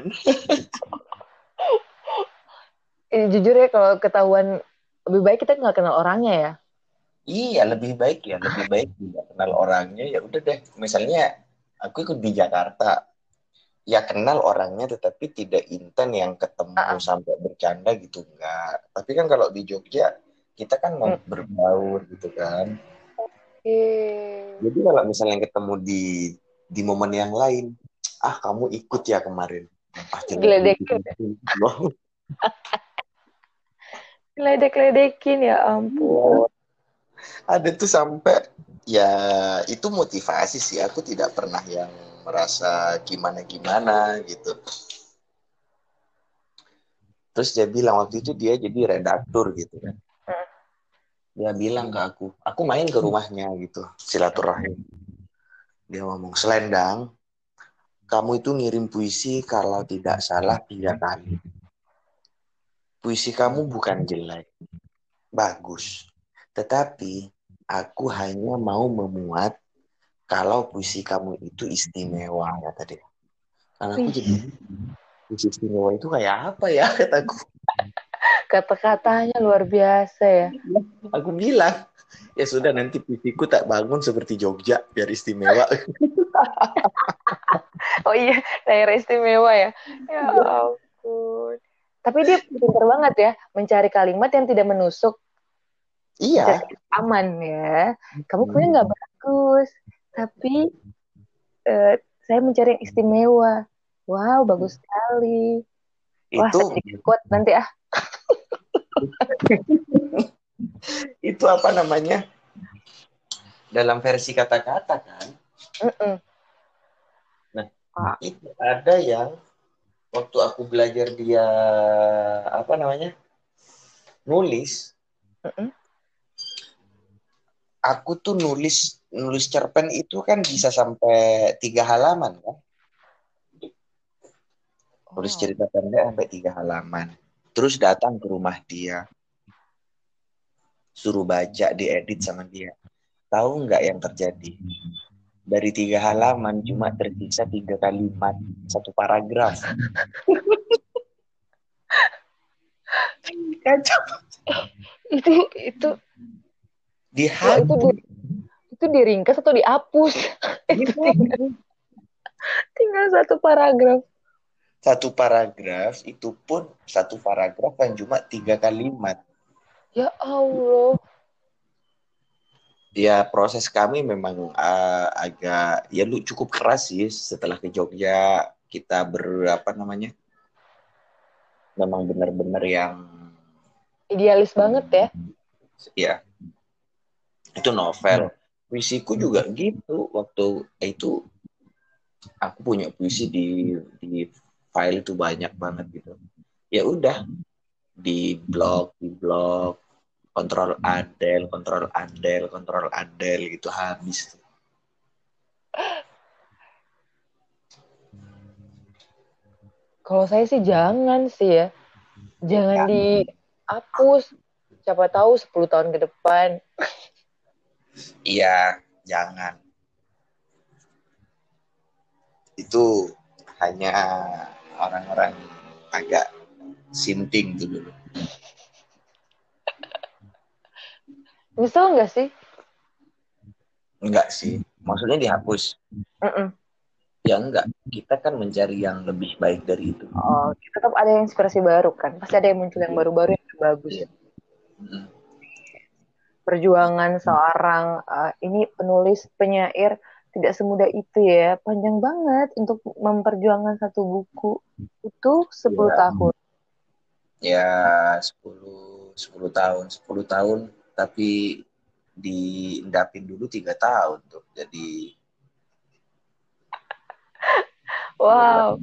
Jujur ya kalau ketahuan lebih baik kita nggak kenal orangnya ya. Iya, lebih baik tidak kenal orangnya ya udah deh. Misalnya aku ikut di Jakarta, ya kenal orangnya tetapi tidak intent yang ketemu Ah, sampai bercanda gitu enggak. Tapi kan kalau di Jogja kita kan mau mm. berbaur gitu kan. Oke. Jadi kalau misalnya ketemu di momen yang lain, ah kamu ikut ya kemarin. Ah jelek gitu. Geledekin, geledek-geledekin ya ampun. Ada tuh sampai ya itu motivasi sih. Aku tidak pernah yang merasa gimana-gimana gitu. Terus dia bilang waktu itu dia jadi redaktur gitu kan. Dia bilang ke aku main ke rumahnya gitu, silaturahim. Dia ngomong, Selendang, kamu itu ngirim puisi kalau tidak salah 3 kali. Puisi kamu bukan jelek, bagus. Tetapi aku hanya mau memuat kalau puisi kamu itu istimewa, kata dia. Karena aku Wih, jadi puisi istimewa itu kayak apa ya, kataku. kata-katanya luar biasa ya. Aku bilang, ya sudah nanti puisiku tak bangun seperti Jogja, biar istimewa. Oh iya, daerah istimewa ya. Ya ampun. Tapi dia pintar banget ya mencari kalimat yang tidak menusuk, mencari Iya. kalimat aman ya. Kamu punya nggak bagus, tapi eh, saya mencari yang istimewa. Wow, bagus sekali. Wah, Itu saya jadi quote nanti ah. itu apa namanya? Dalam versi kata-kata kan. Mm-mm. Nah, Ah, itu ada yang waktu aku belajar dia apa namanya? Nulis, mm-mm. aku tuh nulis nulis cerpen itu kan bisa sampai 3 halaman kan. Nulis Wow. cerita pendek sampai 3 halaman. Terus datang ke rumah dia, suruh baca, diedit sama dia. Tahu nggak yang terjadi? Dari 3 halaman cuma tersisa 3 kalimat, satu paragraf. Kacau. Itu wah Dihapus. itu diringkas atau dihapus? Itu tinggal, Dihapus. tinggal satu paragraf. Satu paragraf itu pun satu paragraf yang cuma 3 kalimat. Ya Allah. Ya proses kami memang agak ya lu cukup keras sih setelah ke Jogja kita berapa namanya memang benar-benar yang Idealis banget ya. ya itu novel. Puisiku juga gitu waktu itu aku punya puisi di file itu banyak banget gitu. Ya udah di blog kontrol adel gitu habis. Kalau saya sih jangan sih ya. Jangan Ya, dihapus. Siapa tahu 10 tahun ke depan. iya, jangan. Itu hanya orang-orang agak sinting tuh dulu. Nyesel nggak sih? Enggak sih, maksudnya dihapus. Mm-mm. Ya enggak, kita kan mencari yang lebih baik dari itu. Oh, tetap ada inspirasi baru kan. Pasti ada yang muncul yang baru-baru yang lebih bagus. Iya. Mm. Perjuangan seorang ini penulis penyair tidak semudah itu ya. Panjang banget untuk memperjuangkan satu buku. Itu 10 Ya, tahun. ya 10 tahun tapi diendapin dulu 3 tahun tuh. Jadi Wow.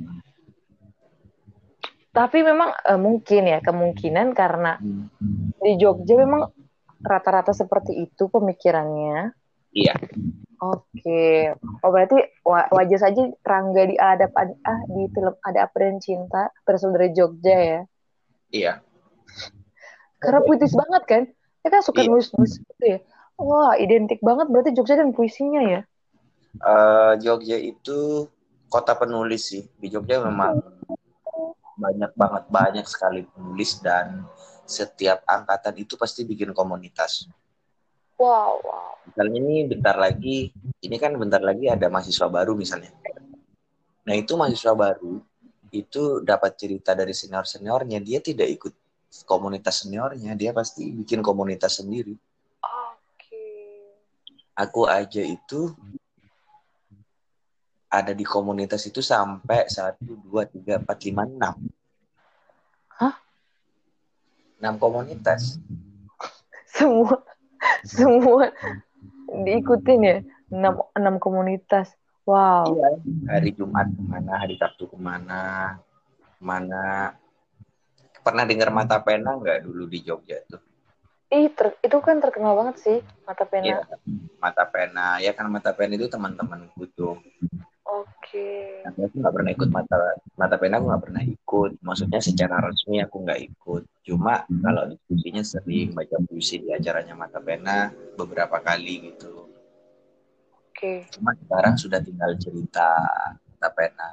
Tapi memang mungkin ya kemungkinan karena di Jogja memang rata-rata seperti itu pemikirannya. iya, Oke. Oh berarti wajar saja Rangga di film Ada Apa dengan Cinta berasal dari Jogja ya. iya. Karena puitis banget kan. Saya kan suka Iya. nulis-nulis gitu ya. Wah, identik banget berarti Jogja dan puisinya ya. Jogja itu kota penulis sih. Di Jogja memang banyak sekali penulis dan setiap angkatan itu pasti bikin komunitas. Wow, wow. Misalnya ini kan bentar lagi ada mahasiswa baru misalnya. Nah itu mahasiswa baru itu dapat cerita dari senior-seniornya, dia tidak ikut komunitas seniornya, dia pasti bikin komunitas sendiri. Oke. Aku aja itu ada di komunitas itu sampai 1, 2, 3, 4, 5, 6. Hah? 6 komunitas. Semua semua diikutin ya? Enam komunitas. Wow. Iya, hari Jumat kemana, hari Sabtu kemana, mana. Pernah dengar Mata Pena nggak dulu di Jogja tuh? Itu kan terkenal banget sih, mata pena. Iya, Mata Pena. Ya kan Mata Pena itu teman-temanku tuh. Oke. Aku nggak pernah ikut mata pena, aku nggak pernah ikut. Maksudnya secara resmi aku nggak ikut. Cuma kalau diskusinya sering baca puisi di acaranya mata pena beberapa kali gitu. Oke. Cuma sekarang sudah tinggal cerita mata pena.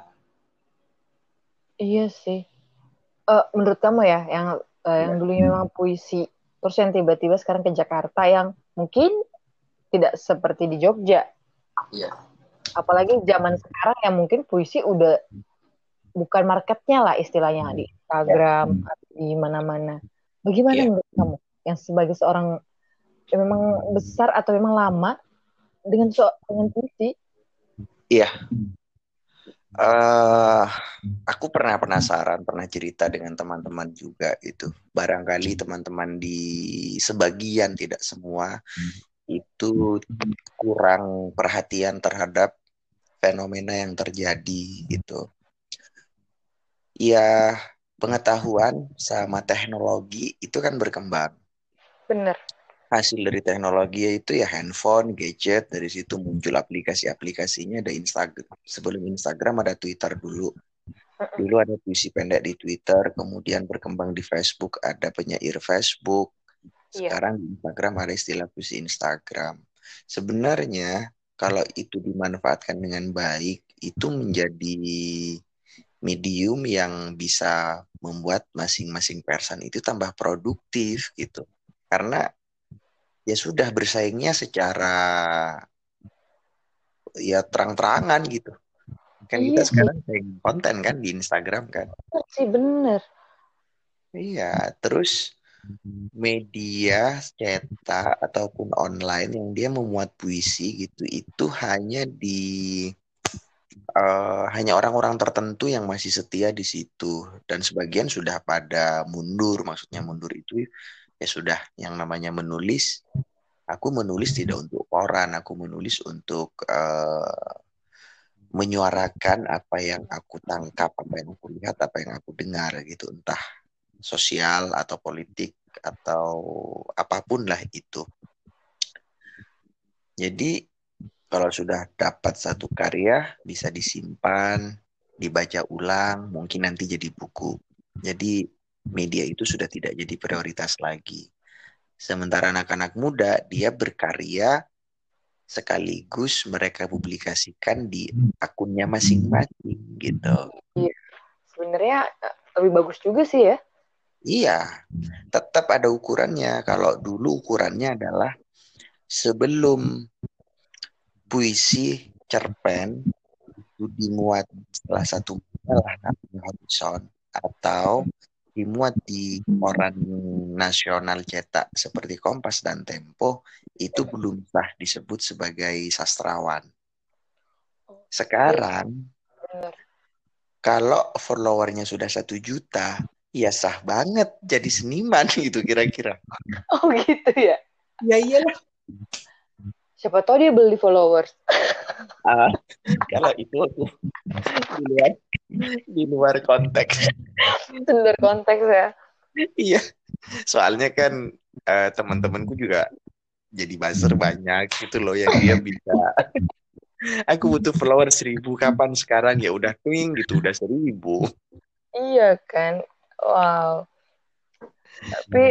Iya sih. Menurut kamu ya, yang Ya, dulunya memang puisi, terus yang tiba-tiba sekarang ke Jakarta yang mungkin tidak seperti di Jogja. iya, Apalagi zaman sekarang yang mungkin puisi udah bukan marketnya lah istilahnya di iya, Instagram, di mana-mana. Bagaimana iya, menurut kamu yang sebagai seorang yang memang besar atau memang lama dengan puisi? iya. Eh, aku pernah penasaran, pernah cerita dengan teman-teman juga itu. Barangkali teman-teman di sebagian, tidak semua, itu kurang perhatian terhadap fenomena yang terjadi gitu. Ya, pengetahuan sama teknologi itu kan berkembang. Bener. Hasil dari teknologi itu ya handphone, gadget, dari situ muncul aplikasi-aplikasinya, ada Instagram. Sebelum Instagram ada Twitter dulu. Dulu ada puisi pendek di Twitter, kemudian berkembang di Facebook, ada penyair Facebook. Iya. Sekarang di Instagram ada istilah puisi Instagram. Sebenarnya kalau itu dimanfaatkan dengan baik, itu menjadi medium yang bisa membuat masing-masing person itu tambah produktif gitu. Karena ya sudah bersaingnya secara ya terang-terangan gitu. Kan kita Iya sih, sekarang saing konten kan di Instagram kan. bener sih bener. Iya, terus media cetak ataupun online yang dia memuat puisi gitu itu hanya orang-orang tertentu yang masih setia di situ dan sebagian sudah pada mundur. Maksudnya mundur itu ya sudah yang namanya menulis. Aku menulis tidak untuk koran, aku menulis untuk menyuarakan apa yang aku tangkap, apa yang aku lihat, apa yang aku dengar gitu, entah sosial atau politik atau apapun lah itu. Jadi kalau sudah dapat satu karya bisa disimpan, dibaca ulang, mungkin nanti jadi buku. Jadi media itu sudah tidak jadi prioritas lagi. Sementara anak-anak muda dia berkarya sekaligus mereka publikasikan di akunnya masing-masing gitu. Iya. Sebenarnya lebih bagus juga sih ya. Iya, tetap ada ukurannya. Kalau dulu ukurannya adalah sebelum puisi cerpen itu dimuat salah satu majalah namanya Horizon atau dimuat di koran nasional cetak seperti Kompas dan Tempo itu belum sah disebut sebagai sastrawan. Iya, Sekarang bener. kalau followernya sudah 1 juta, ya sah banget jadi seniman gitu kira-kira. Oh gitu ya. Ya iyalah. Siapa tahu dia beli followers. Ah, kalau itu aku di luar, di luar konteks. Bener konteks ya. Iya, soalnya kan teman-temanku juga jadi buzzer banyak gitu loh yang dia bisa. Aku butuh follower 1.000 kapan sekarang ya udah twing gitu udah 1.000. Iya kan. Wow. Tapi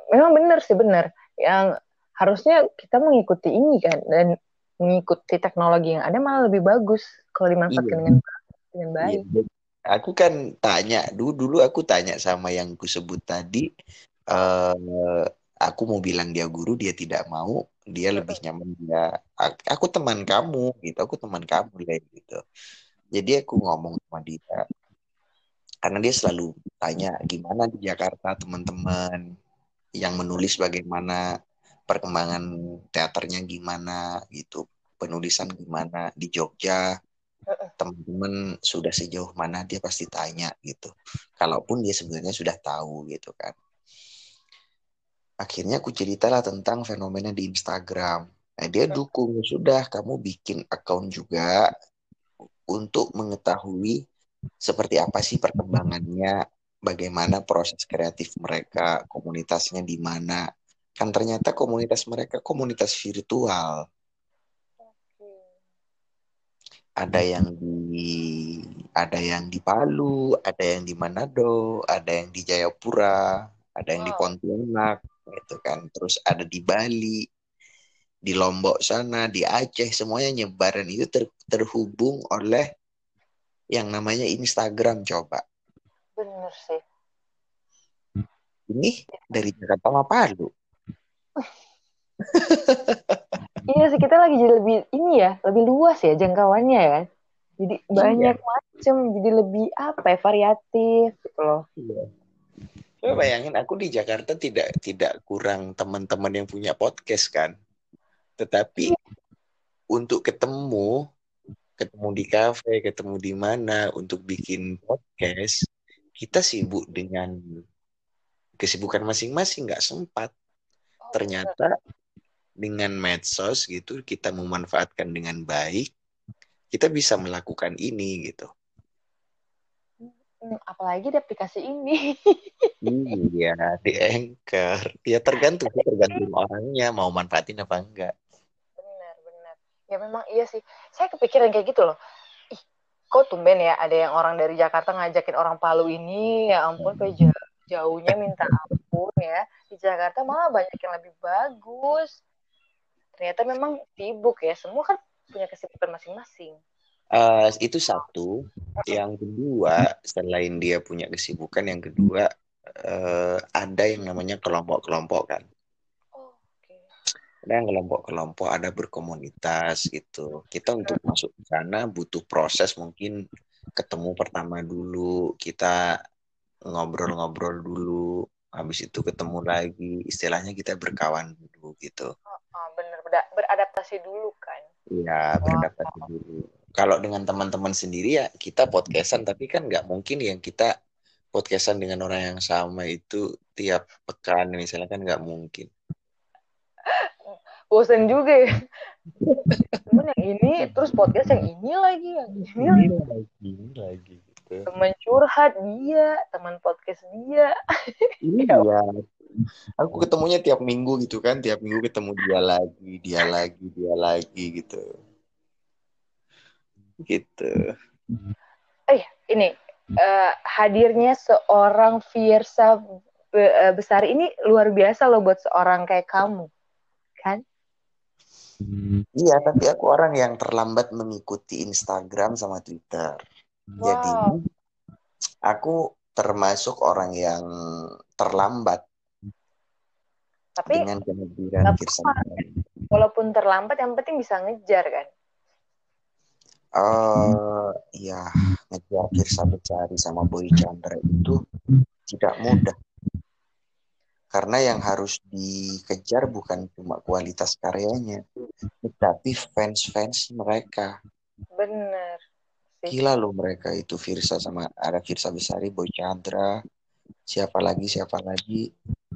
memang benar sih, benar. Yang harusnya kita mengikuti ini kan, dan mengikuti teknologi yang ada malah lebih bagus kalau Iya, dimanfaatkan dengan iya. baik. Aku kan tanya dulu aku tanya sama yang ku sebut tadi, eh aku mau bilang dia guru, dia tidak mau, dia lebih nyaman dia, aku teman kamu gitu, aku teman kamu lah gitu. Jadi aku ngomong sama dia, karena dia selalu tanya gimana di Jakarta teman-teman yang menulis, bagaimana perkembangan teaternya gimana gitu, penulisan gimana di Jogja, teman-teman sudah sejauh mana, dia pasti tanya gitu. Kalaupun dia sebenarnya sudah tahu gitu kan. Akhirnya aku ceritalah tentang fenomena di Instagram. Nah, dia dukung, sudah kamu bikin akun juga untuk mengetahui seperti apa sih perkembangannya, bagaimana proses kreatif mereka, komunitasnya di mana. Kan ternyata komunitas mereka komunitas virtual. Ada yang di Palu, ada yang di Manado, ada yang di Jayapura, ada yang di Wow, Pontianak, gitu kan. Terus ada di Bali, di Lombok sana, di Aceh, semuanya nyebaran itu terhubung oleh yang namanya Instagram, coba. benar sih. Ini dari Jakarta sama Palu. Iya sih, kita lagi jadi lebih ini ya, lebih luas ya jangkauannya ya. Jadi Iya, banyak macam, jadi lebih apa ya, variatif gitu loh. iya. Coba bayangin, aku di Jakarta tidak tidak kurang teman-teman yang punya podcast kan. Tetapi Iya, untuk ketemu di kafe, ketemu di mana untuk bikin podcast, kita sibuk dengan kesibukan masing-masing, nggak sempat. oh bener. Ternyata dengan medsos gitu, kita memanfaatkan dengan baik, kita bisa melakukan ini gitu. Apalagi di aplikasi ini. Iya, di Anchor. Ya tergantung orangnya mau manfaatin apa enggak. Benar, benar. Ya memang iya sih. Saya kepikiran kayak gitu loh. Ih, kok tumben ya ada yang orang dari Jakarta ngajakin orang Palu ini, ya ampun, jauhnya minta ampun ya. Di Jakarta malah banyak yang lebih bagus. Ternyata memang sibuk ya. Semua kan punya kesibukan masing-masing. Itu satu. Yang kedua, selain dia punya kesibukan, yang kedua ada yang namanya kelompok-kelompok kan. Oh, oke. Ada yang kelompok-kelompok, ada berkomunitas gitu. Kita untuk masuk ke sana butuh proses, mungkin ketemu pertama dulu, kita ngobrol-ngobrol dulu, habis itu ketemu lagi, istilahnya kita berkawan dulu gitu. Oh, bener, beradaptasi dulu kan. Ya, Wah, beradaptasi dulu. Kalau dengan teman-teman sendiri ya kita podcastan, tapi kan nggak mungkin yang kita podcastan dengan orang yang sama itu tiap pekan misalnya, kan nggak mungkin. bosen juga ya. Cuman yang ini, terus podcast yang ini lagi, yang ini lagi. Ini lagi gitu. Teman curhat dia, teman podcast dia. Ya, Iya, aku ketemunya tiap minggu gitu kan, tiap minggu ketemu dia lagi gitu. Gitu. ini hadirnya seorang Fiersa besar ini luar biasa loh buat seorang kayak kamu, kan? Iya, tapi aku orang yang terlambat mengikuti Instagram sama Twitter. Jadi Wow, aku termasuk orang yang terlambat tapi dengan kehadiran nggak Virsa apa-apa. Besari. Walaupun terlambat, yang penting bisa ngejar kan? Ya, ngejar Virsa Besari sama Boy Chandra itu tidak mudah. Karena yang harus dikejar bukan cuma kualitas karyanya, tetapi fans-fans mereka. Bener sih. Gila loh mereka itu, ada Virsa Besari, Boy Chandra, siapa lagi.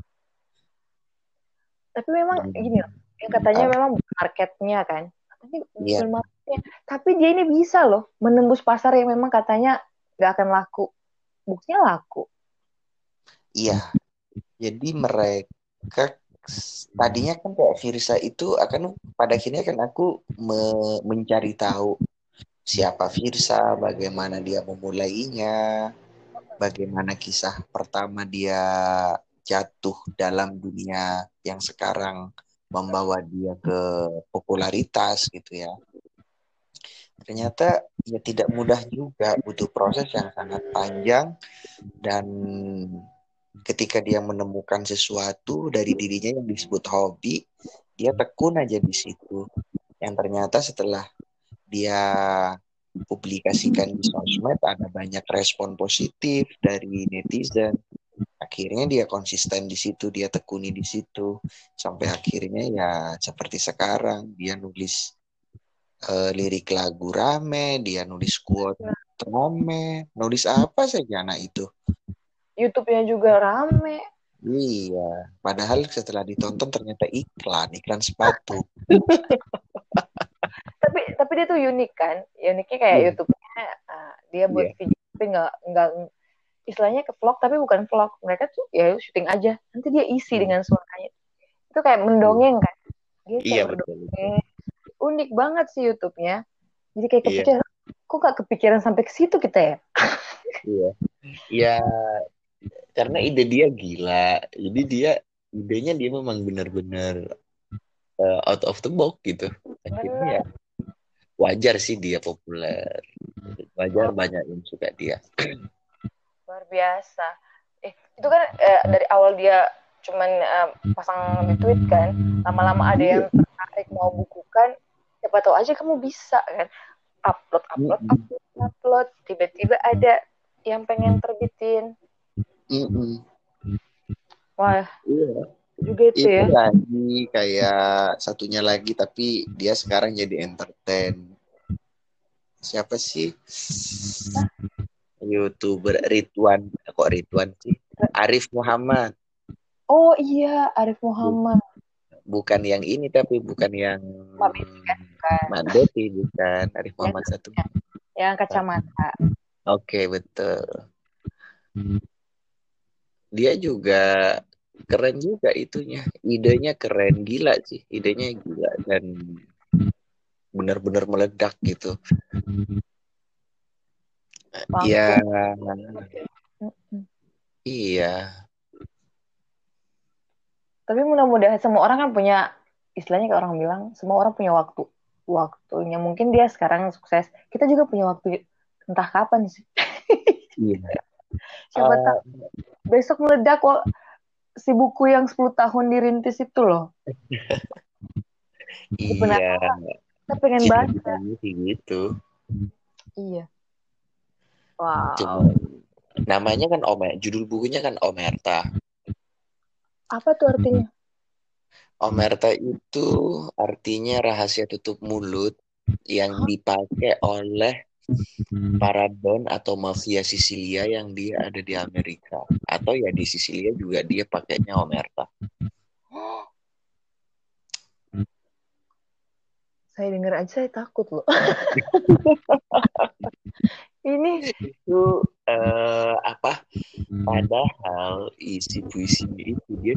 Tapi memang gini loh, yang katanya Ah, memang bukan marketnya kan? Katanya iya, bukan marketnya. Tapi dia ini bisa loh menembus pasar yang memang katanya nggak akan laku. Buktinya laku. iya. Jadi mereka tadinya kan kayak Virsa itu akan, pada akhirnya kan aku mencari tahu siapa Virsa, bagaimana dia memulainya, bagaimana kisah pertama dia jatuh dalam dunia yang sekarang membawa dia ke popularitas gitu ya. Ternyata ya tidak mudah juga, butuh proses yang sangat panjang, dan ketika dia menemukan sesuatu dari dirinya yang disebut hobi, dia tekun aja di situ. Yang ternyata setelah dia publikasikan di sosmed ada banyak respon positif dari netizen. Akhirnya dia konsisten di situ, dia tekuni di situ sampai akhirnya ya seperti sekarang dia nulis lirik lagu rame, dia nulis quote rame, nulis apa saja anak itu. YouTube-nya juga rame. Iya, padahal setelah ditonton ternyata iklan sepatu. Tapi dia tuh unik kan, uniknya kayak Iya, YouTube-nya dia buat iya. video tapi nggak istilahnya ke vlog tapi bukan vlog, mereka tuh ya syuting aja nanti dia isi Hmm, dengan suaranya itu kayak iya, mendongeng kan, dia iya kayak betul, betul. berdongeng. Unik banget sih YouTube-nya, jadi kayak Iya, kepikiran kok gak kepikiran sampai ke situ kita ya. iya. Iya, karena ide dia gila. Jadi idenya dia memang benar-benar out of the box gitu. Akhirnya ya Bener, wajar sih dia populer. Wajar luar, banyak yang suka dia. luar biasa. Itu kan dari awal dia cuman pasang di tweet kan, lama-lama ada yang Iya. tertarik mau bukukan, siapa tahu aja kamu bisa kan, upload upload Mm-mm. upload upload tiba-tiba ada yang pengen terbitin. Mm-mm. Wah, Iya. juga itu Itu ya. lagi kayak satunya lagi, tapi dia sekarang jadi entertain. Siapa sih? YouTuber Ridwan. Kok Ridwan sih? Arif Muhammad. Oh iya, Arif Muhammad. Bukan yang ini, tapi bukan yang Mbak Betty kan bukan. Mat Betty, bukan Arif Yang, Muhammad satu. yang kacamata. Oke, betul. Dia juga keren juga itunya. Idenya keren, gila sih. Idenya gila dan benar-benar meledak gitu. Langsung. Ya, iya. Tapi mudah-mudahan semua orang kan punya, istilahnya kayak orang bilang, semua orang punya waktu. Waktunya mungkin dia sekarang sukses. Kita juga punya waktu entah kapan sih. Iya. Siapa tahu besok meledak kok, si buku yang 10 tahun dirintis itu loh. Jadi Iya, penasaran, kita pengen baca. cita-citanya sih gitu. Iya. Cuma Wow. namanya kan judul bukunya kan Omerta. Apa tuh artinya? Omerta itu artinya rahasia tutup mulut yang Hah? dipakai oleh para don atau mafia Sisilia yang dia ada di Amerika. Atau ya di Sisilia juga dia pakainya Omerta. Saya dengar aja saya takut loh. Ini Itu apa? Padahal isi puisinya itu dia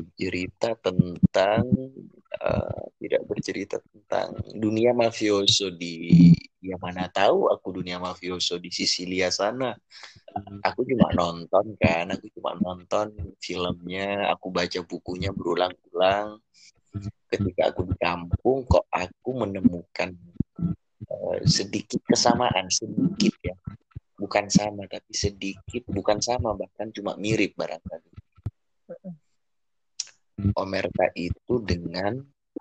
tidak bercerita tentang dunia mafioso di, ya mana tahu aku dunia mafioso di Sisilia sana. Aku cuma nonton filmnya, aku baca bukunya berulang-ulang. Ketika aku di kampung kok aku menemukan sedikit kesamaan, sedikit ya, bukan sama tapi sedikit, bukan sama bahkan cuma mirip barangkali. Omerta itu dengan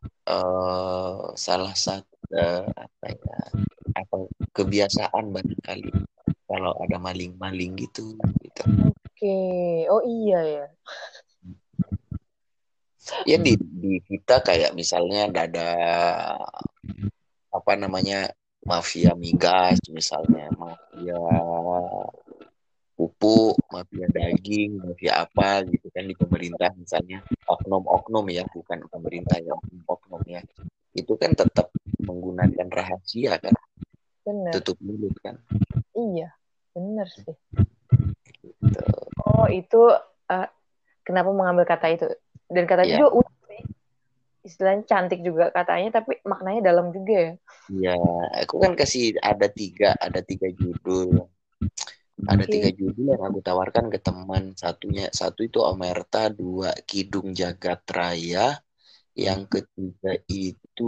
salah satu apa ya, atau kebiasaan barangkali kalau ada maling-maling gitu. oke. Oh iya ya. Ya di kita kayak misalnya ada apa namanya mafia migas, misalnya mafia pupuk, mafia daging, mafia apa gitu kan di pemerintah, misalnya oknum-oknum ya, bukan pemerintah ya, oknum ya. Itu kan tetap menggunakan rahasia kan, Bener. tutup mulut kan. Iya. Bener sih. Gitu. Oh itu uh, kenapa mengambil kata itu? Dan kata itu Ya, juga unik sih. Istilahnya cantik juga katanya, tapi maknanya dalam juga ya. ya, aku kan kasih ada tiga judul. Ada 3 Oke. judul yang aku tawarkan ke teman. Satu itu Omerta, 2 Kidung Jagat Raya, yang ketiga itu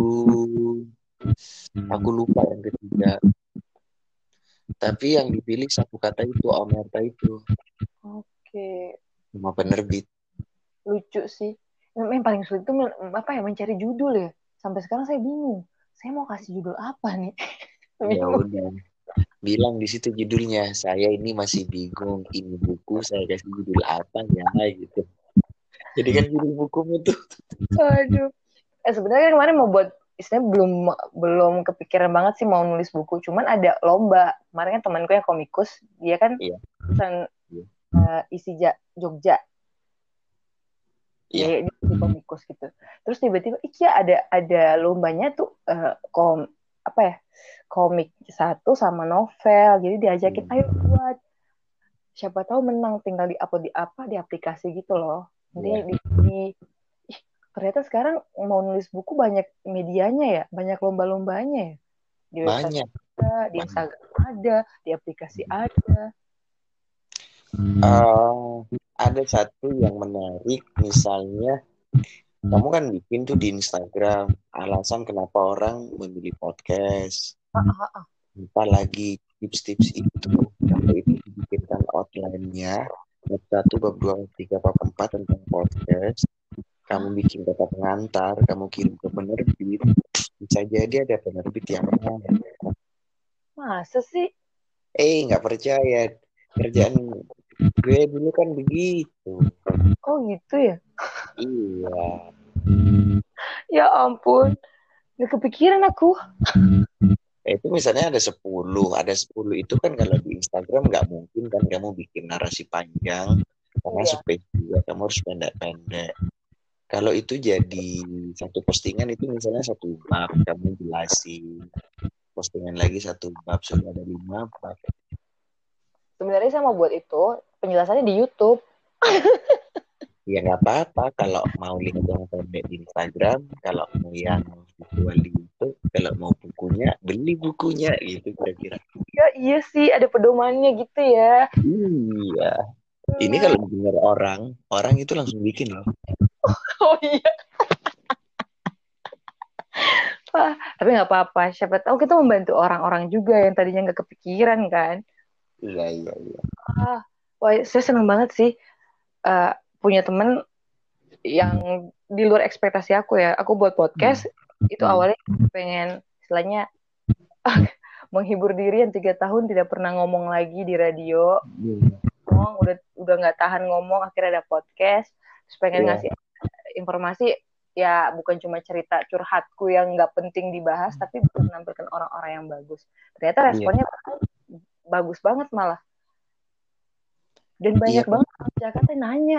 aku lupa yang ketiga. Tapi yang dipilih satu kata itu Omerta itu Oke. sama penerbit. Lucu sih. Yang paling sulit itu apa ya, mencari judul ya. Sampai sekarang saya bingung. Saya mau kasih judul apa nih? Ya Bingung. udah, bilang di situ judulnya. Saya ini masih bingung. Ini buku saya kasih judul apa ya gitu. Jadi kan judul bukumu tuh. Aduh. Sebenarnya kan kemarin mau buat, istilahnya belum belum kepikiran banget sih mau nulis buku. Cuman ada lomba. Kemarin kan temanku yang komikus, dia kan Iya, pesan iya, isi Jogja. iya. Dia di komikus gitu. Terus tiba-tiba iya ada lombanya tuh, apa ya, komik satu sama novel. Jadi diajakin ayo buat, siapa tahu menang, tinggal di apa di aplikasi gitu loh. Nanti Iya. ih, ternyata sekarang mau nulis buku banyak medianya ya, banyak lomba-lombanya ya. Di website Banyak, ada, di banyak. Instagram ada, di aplikasi ada. Eh, ada satu yang menarik, misalnya kamu kan bikin tuh di Instagram alasan kenapa orang memilih podcast. Ah, ah, ah. Lupa lagi tips-tips itu. Kalau itu dibikinkan outline-nya, bab 1, bab 2, bab 3, bab 4 tentang podcast. Kamu bikin kata pengantar, kamu kirim ke penerbit. Bisa jadi ada penerbit yang mau. Masa sih? Nggak percaya. Kerjaan gue dulu kan begitu. Oh gitu ya? Iya. Ya ampun, gak kepikiran aku. Itu misalnya ada 10 itu kan kalau di Instagram nggak mungkin kan kamu bikin narasi panjang karena Iya. space juga kamu harus pendek-pendek. Kalau itu jadi satu postingan itu misalnya satu bab kamu jelasin, postingan lagi satu bab sudah ada 5 bab. Sebenarnya saya mau buat itu, penjelasannya di YouTube. Ya nggak apa-apa kalau mau lihat yang pendek di Instagram, kalau mau yang visual di YouTube, kalau mau bukunya beli bukunya gitu kira-kira. Ya iya sih, ada pedomannya gitu ya. Iya. Ini kalau dengar orang, orang itu langsung bikin loh. Oh iya. Wah, tapi nggak apa-apa. Siapa tahu kita membantu orang-orang juga yang tadinya nggak kepikiran kan. Iya, iya, iya. Ah, wah, saya seneng banget sih, eh, punya temen yang di luar ekspektasi aku ya. Aku buat podcast Hmm. itu Hmm. awalnya pengen, istilahnya, menghibur diri yang 3 tahun tidak pernah ngomong lagi di radio. Hmm. Ngomong, udah nggak tahan ngomong, akhirnya ada podcast. Terus pengen Iya, ngasih informasi, ya bukan cuma cerita curhatku yang nggak penting dibahas, tapi menampilkan orang-orang yang bagus. Ternyata iya, responnya bagus banget malah, dan iya. banyak banget Jakarta nanya,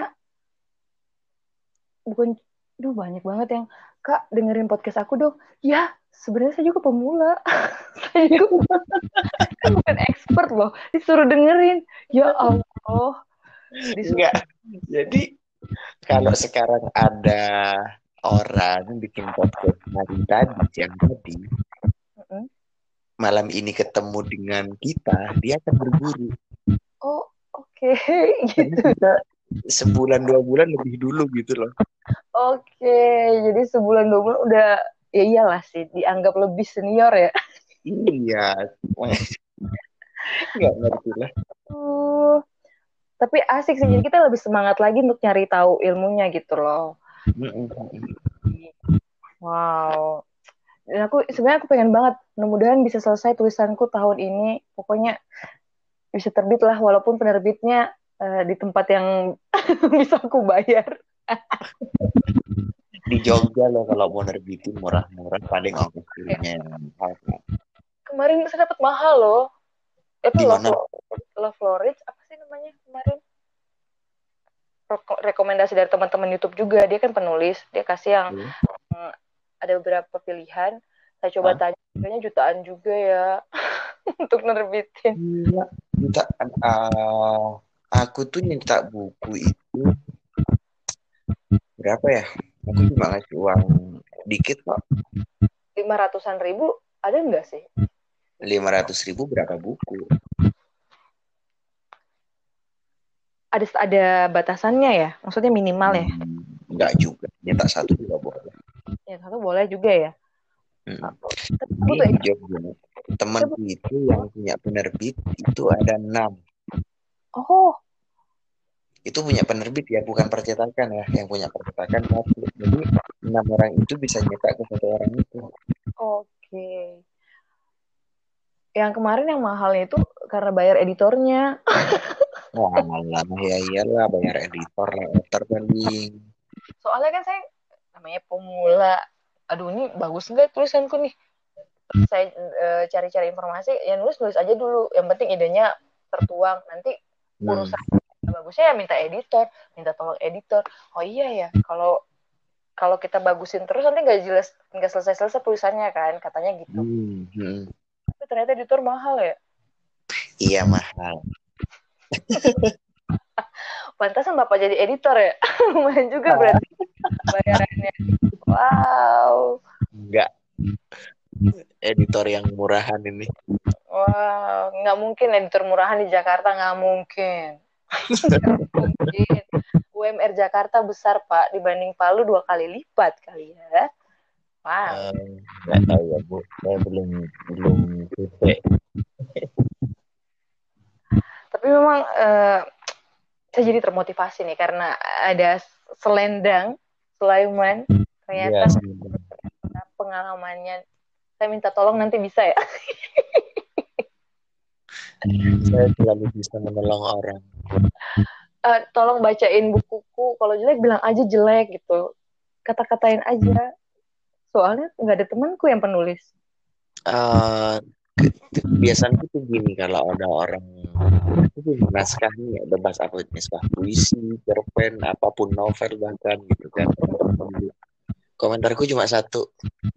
bukan, duh banyak banget yang, kak dengerin podcast aku dong. Ya sebenarnya saya juga pemula. Saya juga kan bukan expert loh, disuruh dengerin. Ya Allah, disuruh. Enggak. Jadi kalau sekarang ada orang bikin podcast hari tadi, siang tadi, malam ini ketemu dengan kita, dia akan berburu. Oh oke. Karena Gitu. kita sebulan 2 bulan lebih dulu gitu loh. Oke, jadi sebulan 2 bulan udah, ya iyalah sih, dianggap lebih senior ya. Iya, nggak ngerti lah. Uh, tapi asik sih, jadi kita lebih semangat lagi untuk nyari tahu ilmunya gitu loh. Wow. Dan sebenarnya aku pengen banget, mudah-mudahan bisa selesai tulisanku tahun ini. Pokoknya bisa terbit lah, walaupun penerbitnya di tempat yang bisa aku bayar. Di Jogja loh kalau mau nerbitin murah-murah paling ongkirnya yang mahal. Kemarin saya dapat mahal loh. Itu Di mana? Love Lorage apa sih namanya kemarin? Rekomendasi dari teman-teman YouTube juga, dia kan penulis, dia kasih yang ada beberapa pilihan. Saya coba tanya, kayaknya jutaan juga ya untuk nerbitin. Iya, jutaan. Aku tuh minta buku itu berapa ya? Aku cuma ngasih uang dikit kok. 500-an ribu ada nggak sih? 500.000 berapa buku? ada batasannya ya? Maksudnya minimal ya? Enggak juga, nyetak satu juga boleh. Ya satu boleh juga ya. Tapi Ini butuh di Jogja, temanku itu yang punya penerbit itu ada 6. Oh, Itu punya penerbit ya, bukan percetakan ya. Yang punya percetakan 1. Jadi 6 orang itu bisa nyetak ke 1 orang itu. oke. Yang kemarin yang mahalnya itu karena bayar editornya. Wah, lama ya iyalah bayar editor lah, editor paling. Soalnya kan saya namanya pemula. Aduh, ini bagus nggak tulisanku nih? Saya cari-cari informasi, ya nulis aja dulu. Yang penting idenya tertuang. Nanti urusan bagusnya ya minta tolong editor. Oh iya ya, kalau kita bagusin terus nanti nggak selesai tulisannya kan, katanya gitu. Tapi ternyata editor mahal ya. Iya mahal. Pantasan bapak jadi editor ya. Lumayan juga berarti bayarannya. Wow. Enggak. Editor yang murahan ini. Wow, nggak mungkin editor murahan di Jakarta, nggak mungkin. Nggak mungkin. UMR Jakarta besar Pak, dibanding Palu 2 kali lipat kali ya. Wow. Nggak tahu ya Bu, saya belum selesai. Tapi memang saya jadi termotivasi nih karena ada selendang Sulaiman ternyata pengalamannya. Saya minta tolong nanti bisa ya. Saya selalu bisa menolong orang. Tolong bacain bukuku, kalau jelek bilang aja jelek gitu, kata-katain aja, soalnya nggak ada temanku yang penulis. Biasanya itu gini, kalau ada orang itu naskahnya bebas apa, naskah puisi, cerpen, apapun, novel bahkan gitu kan, komentarku cuma satu.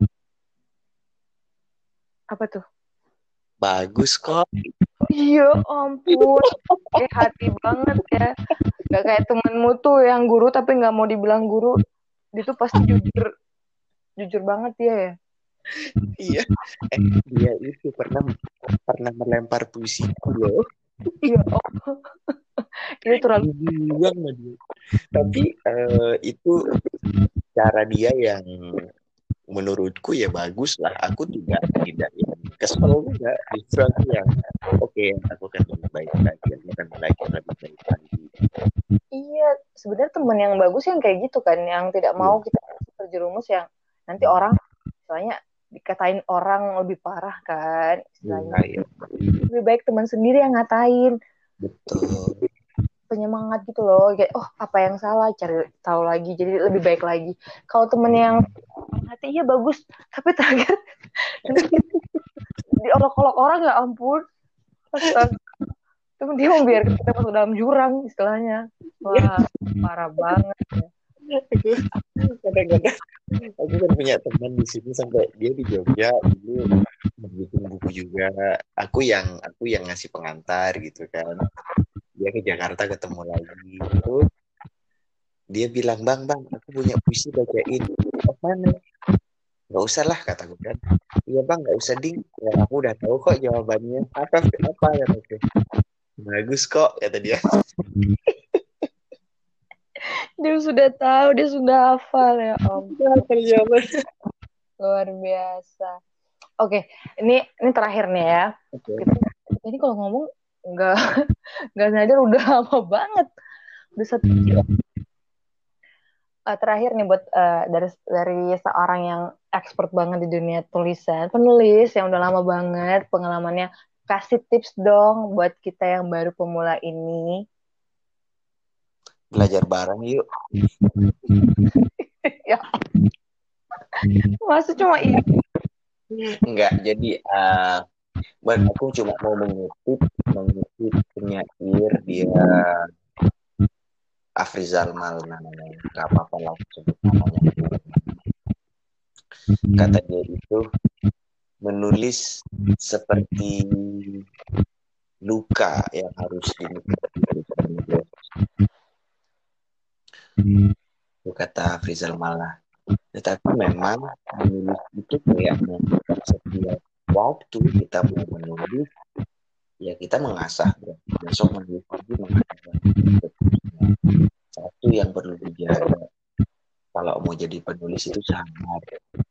Apa tuh? Bagus kok. Iya ampun, hati banget ya. Gak kayak temenmu tuh yang guru tapi nggak mau dibilang guru, dia tuh pasti jujur banget dia ya. Iya, dia itu pernah melempar puisi loh. Iya, itu terlalu dibuang sama dia. Tapi itu cara dia yang menurutku ya bagus lah. Aku tidak yang kesel juga. Justru aku yang oke, aku akan lebih baik lagi, aku akan belajar lebih baik lagi. Iya, sebenarnya teman yang bagus yang kayak gitu kan, yang tidak mau kita terjerumus yang nanti orang istilahnya dikatain orang lebih parah kan istilahnya. Lebih baik teman sendiri yang ngatain. Betul. Penyemangat gitu loh, kayak oh apa yang salah, cari tahu lagi jadi lebih baik lagi. Kalau temen yang hati iya bagus tapi terakhir diolok-olok orang, ya ampun, tapi dia membiarkan kita masuk dalam jurang istilahnya. Wah, parah banget ya. Kadang-kadang aku kan punya teman di sini, sampai dia di Jogja dulu bikin buku juga. Aku yang ngasih pengantar gitu kan. Dia ke Jakarta ketemu lagi, terus dia bilang, bang aku punya puisi, bacain. Mana? Nggak usah lah kataku kan. Iya bang, nggak usah ding, ya aku udah tahu kok jawabannya. Apa kataku. Bagus kok kata dia. Dia sudah tahu, dia sudah hafal ya om. Luar biasa. Oke, ini terakhir nih ya. Ini kalau ngomong nggak sadar udah lama banget, udah 1 jam. Terakhir nih buat dari seorang yang expert banget di dunia tulisan, penulis yang udah lama banget pengalamannya, kasih tips dong buat kita yang baru pemula ini. Belajar bareng yuk. Ya. Masa cuma ini? Enggak, jadi aku cuma mau mengutip penyair, dia Afrizal Mal namanya, nggak apa-apa lah sebut namanya. Kata dia itu, menulis seperti luka yang harus dinikmati. Itu kata Afrizal Mal. Tetapi memang menulis itu kayak setiap waktu kita mau menulis, ya kita mengasah, besok menulis lagi, mengasah lagi. Satu yang perlu dijaga kalau mau jadi penulis itu sabar.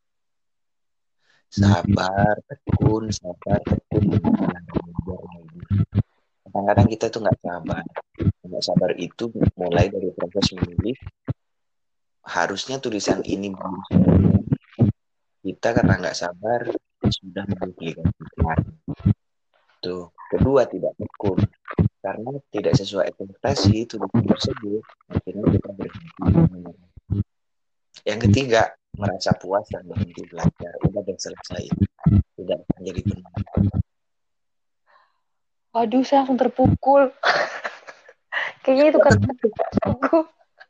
Sabar, tekun, sabar, tekun. Belajar lagi. Kadang-kadang kita tuh nggak sabar. Nggak sabar itu mulai dari proses menulis. Harusnya tulisan ini belum sempurna. Kita karena nggak sabar sudah mempublikasikan. Tuh. Kedua, tidak tekun. Karena tidak sesuai ekspektasi tulisan tersebut. Akhirnya kita berhenti. Yang ketiga, merasa puas dan berhenti belajar. Udah dan selesai. Tidak akan jadi penulis. Waduh, saya langsung terpukul. Kayaknya itu kan aku.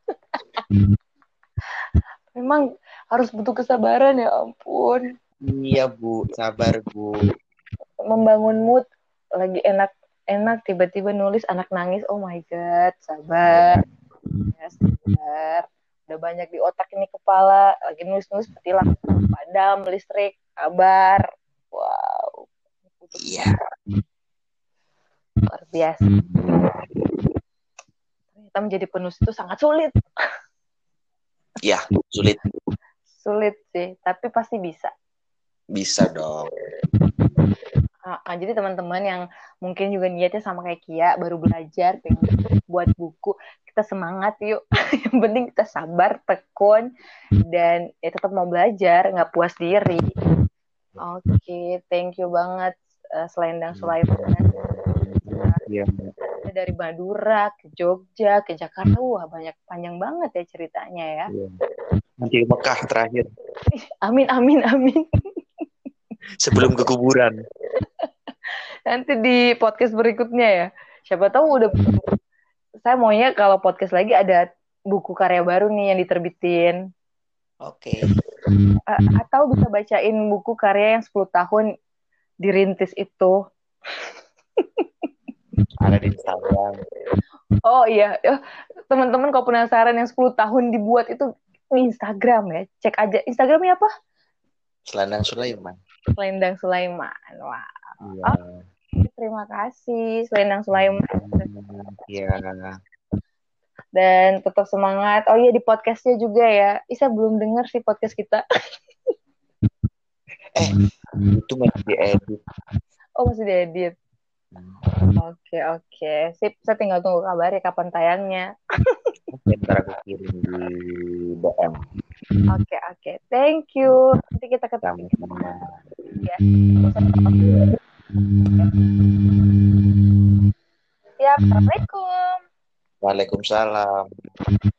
Memang harus butuh kesabaran, ya ampun. Iya Bu, sabar Bu. Membangun mood, lagi enak-enak, tiba-tiba nulis anak nangis, oh my god, sabar. Ya, sabar. Udah banyak di otak ini kepala, lagi nulis-nulis peti lampu, padam, listrik, sabar. Wow. Iya. Luar biasa. Ternyata menjadi penulis itu sangat sulit. Ya, sulit. Sulit sih, tapi pasti bisa. Bisa dong. Jadi teman-teman yang mungkin juga niatnya sama kayak Kia, baru belajar, pengen buat buku, kita semangat yuk. Yang penting kita sabar, tekun, dan ya tetap mau belajar, nggak puas diri. Oke, thank you banget Selendang Sulaiman. Iya. Dari Madura ke Jogja ke Jakarta, wah banyak, panjang banget ya ceritanya ya. Iya. Nanti Mekah terakhir. Amin, amin, amin. Sebelum ke kuburan. Nanti di podcast berikutnya ya. Siapa tahu udah. Saya maunya kalau podcast lagi ada buku karya baru nih yang diterbitin. Oke. Atau bisa bacain buku karya yang 10 tahun dirintis itu. Ada di Instagram. Oh iya, teman-teman kalau penasaran yang 10 tahun dibuat itu di Instagram ya. Cek aja. Instagramnya apa? Selendang Sulaiman. Selendang Sulaiman. Wah. Iya. Terima kasih Selendang Sulaiman. Iya. Dan tetap semangat. Oh iya, di podcastnya juga ya. Isa belum dengar sih podcast kita. Itu masih diedit. Oh, masih diedit. Oke. Sip, saya tinggal tunggu kabar ya kapan tayangnya. Ntar aku kirim di DM. Oke. Thank you. Nanti kita ketemu. Ya. Ya, Assalamualaikum. Waalaikumsalam.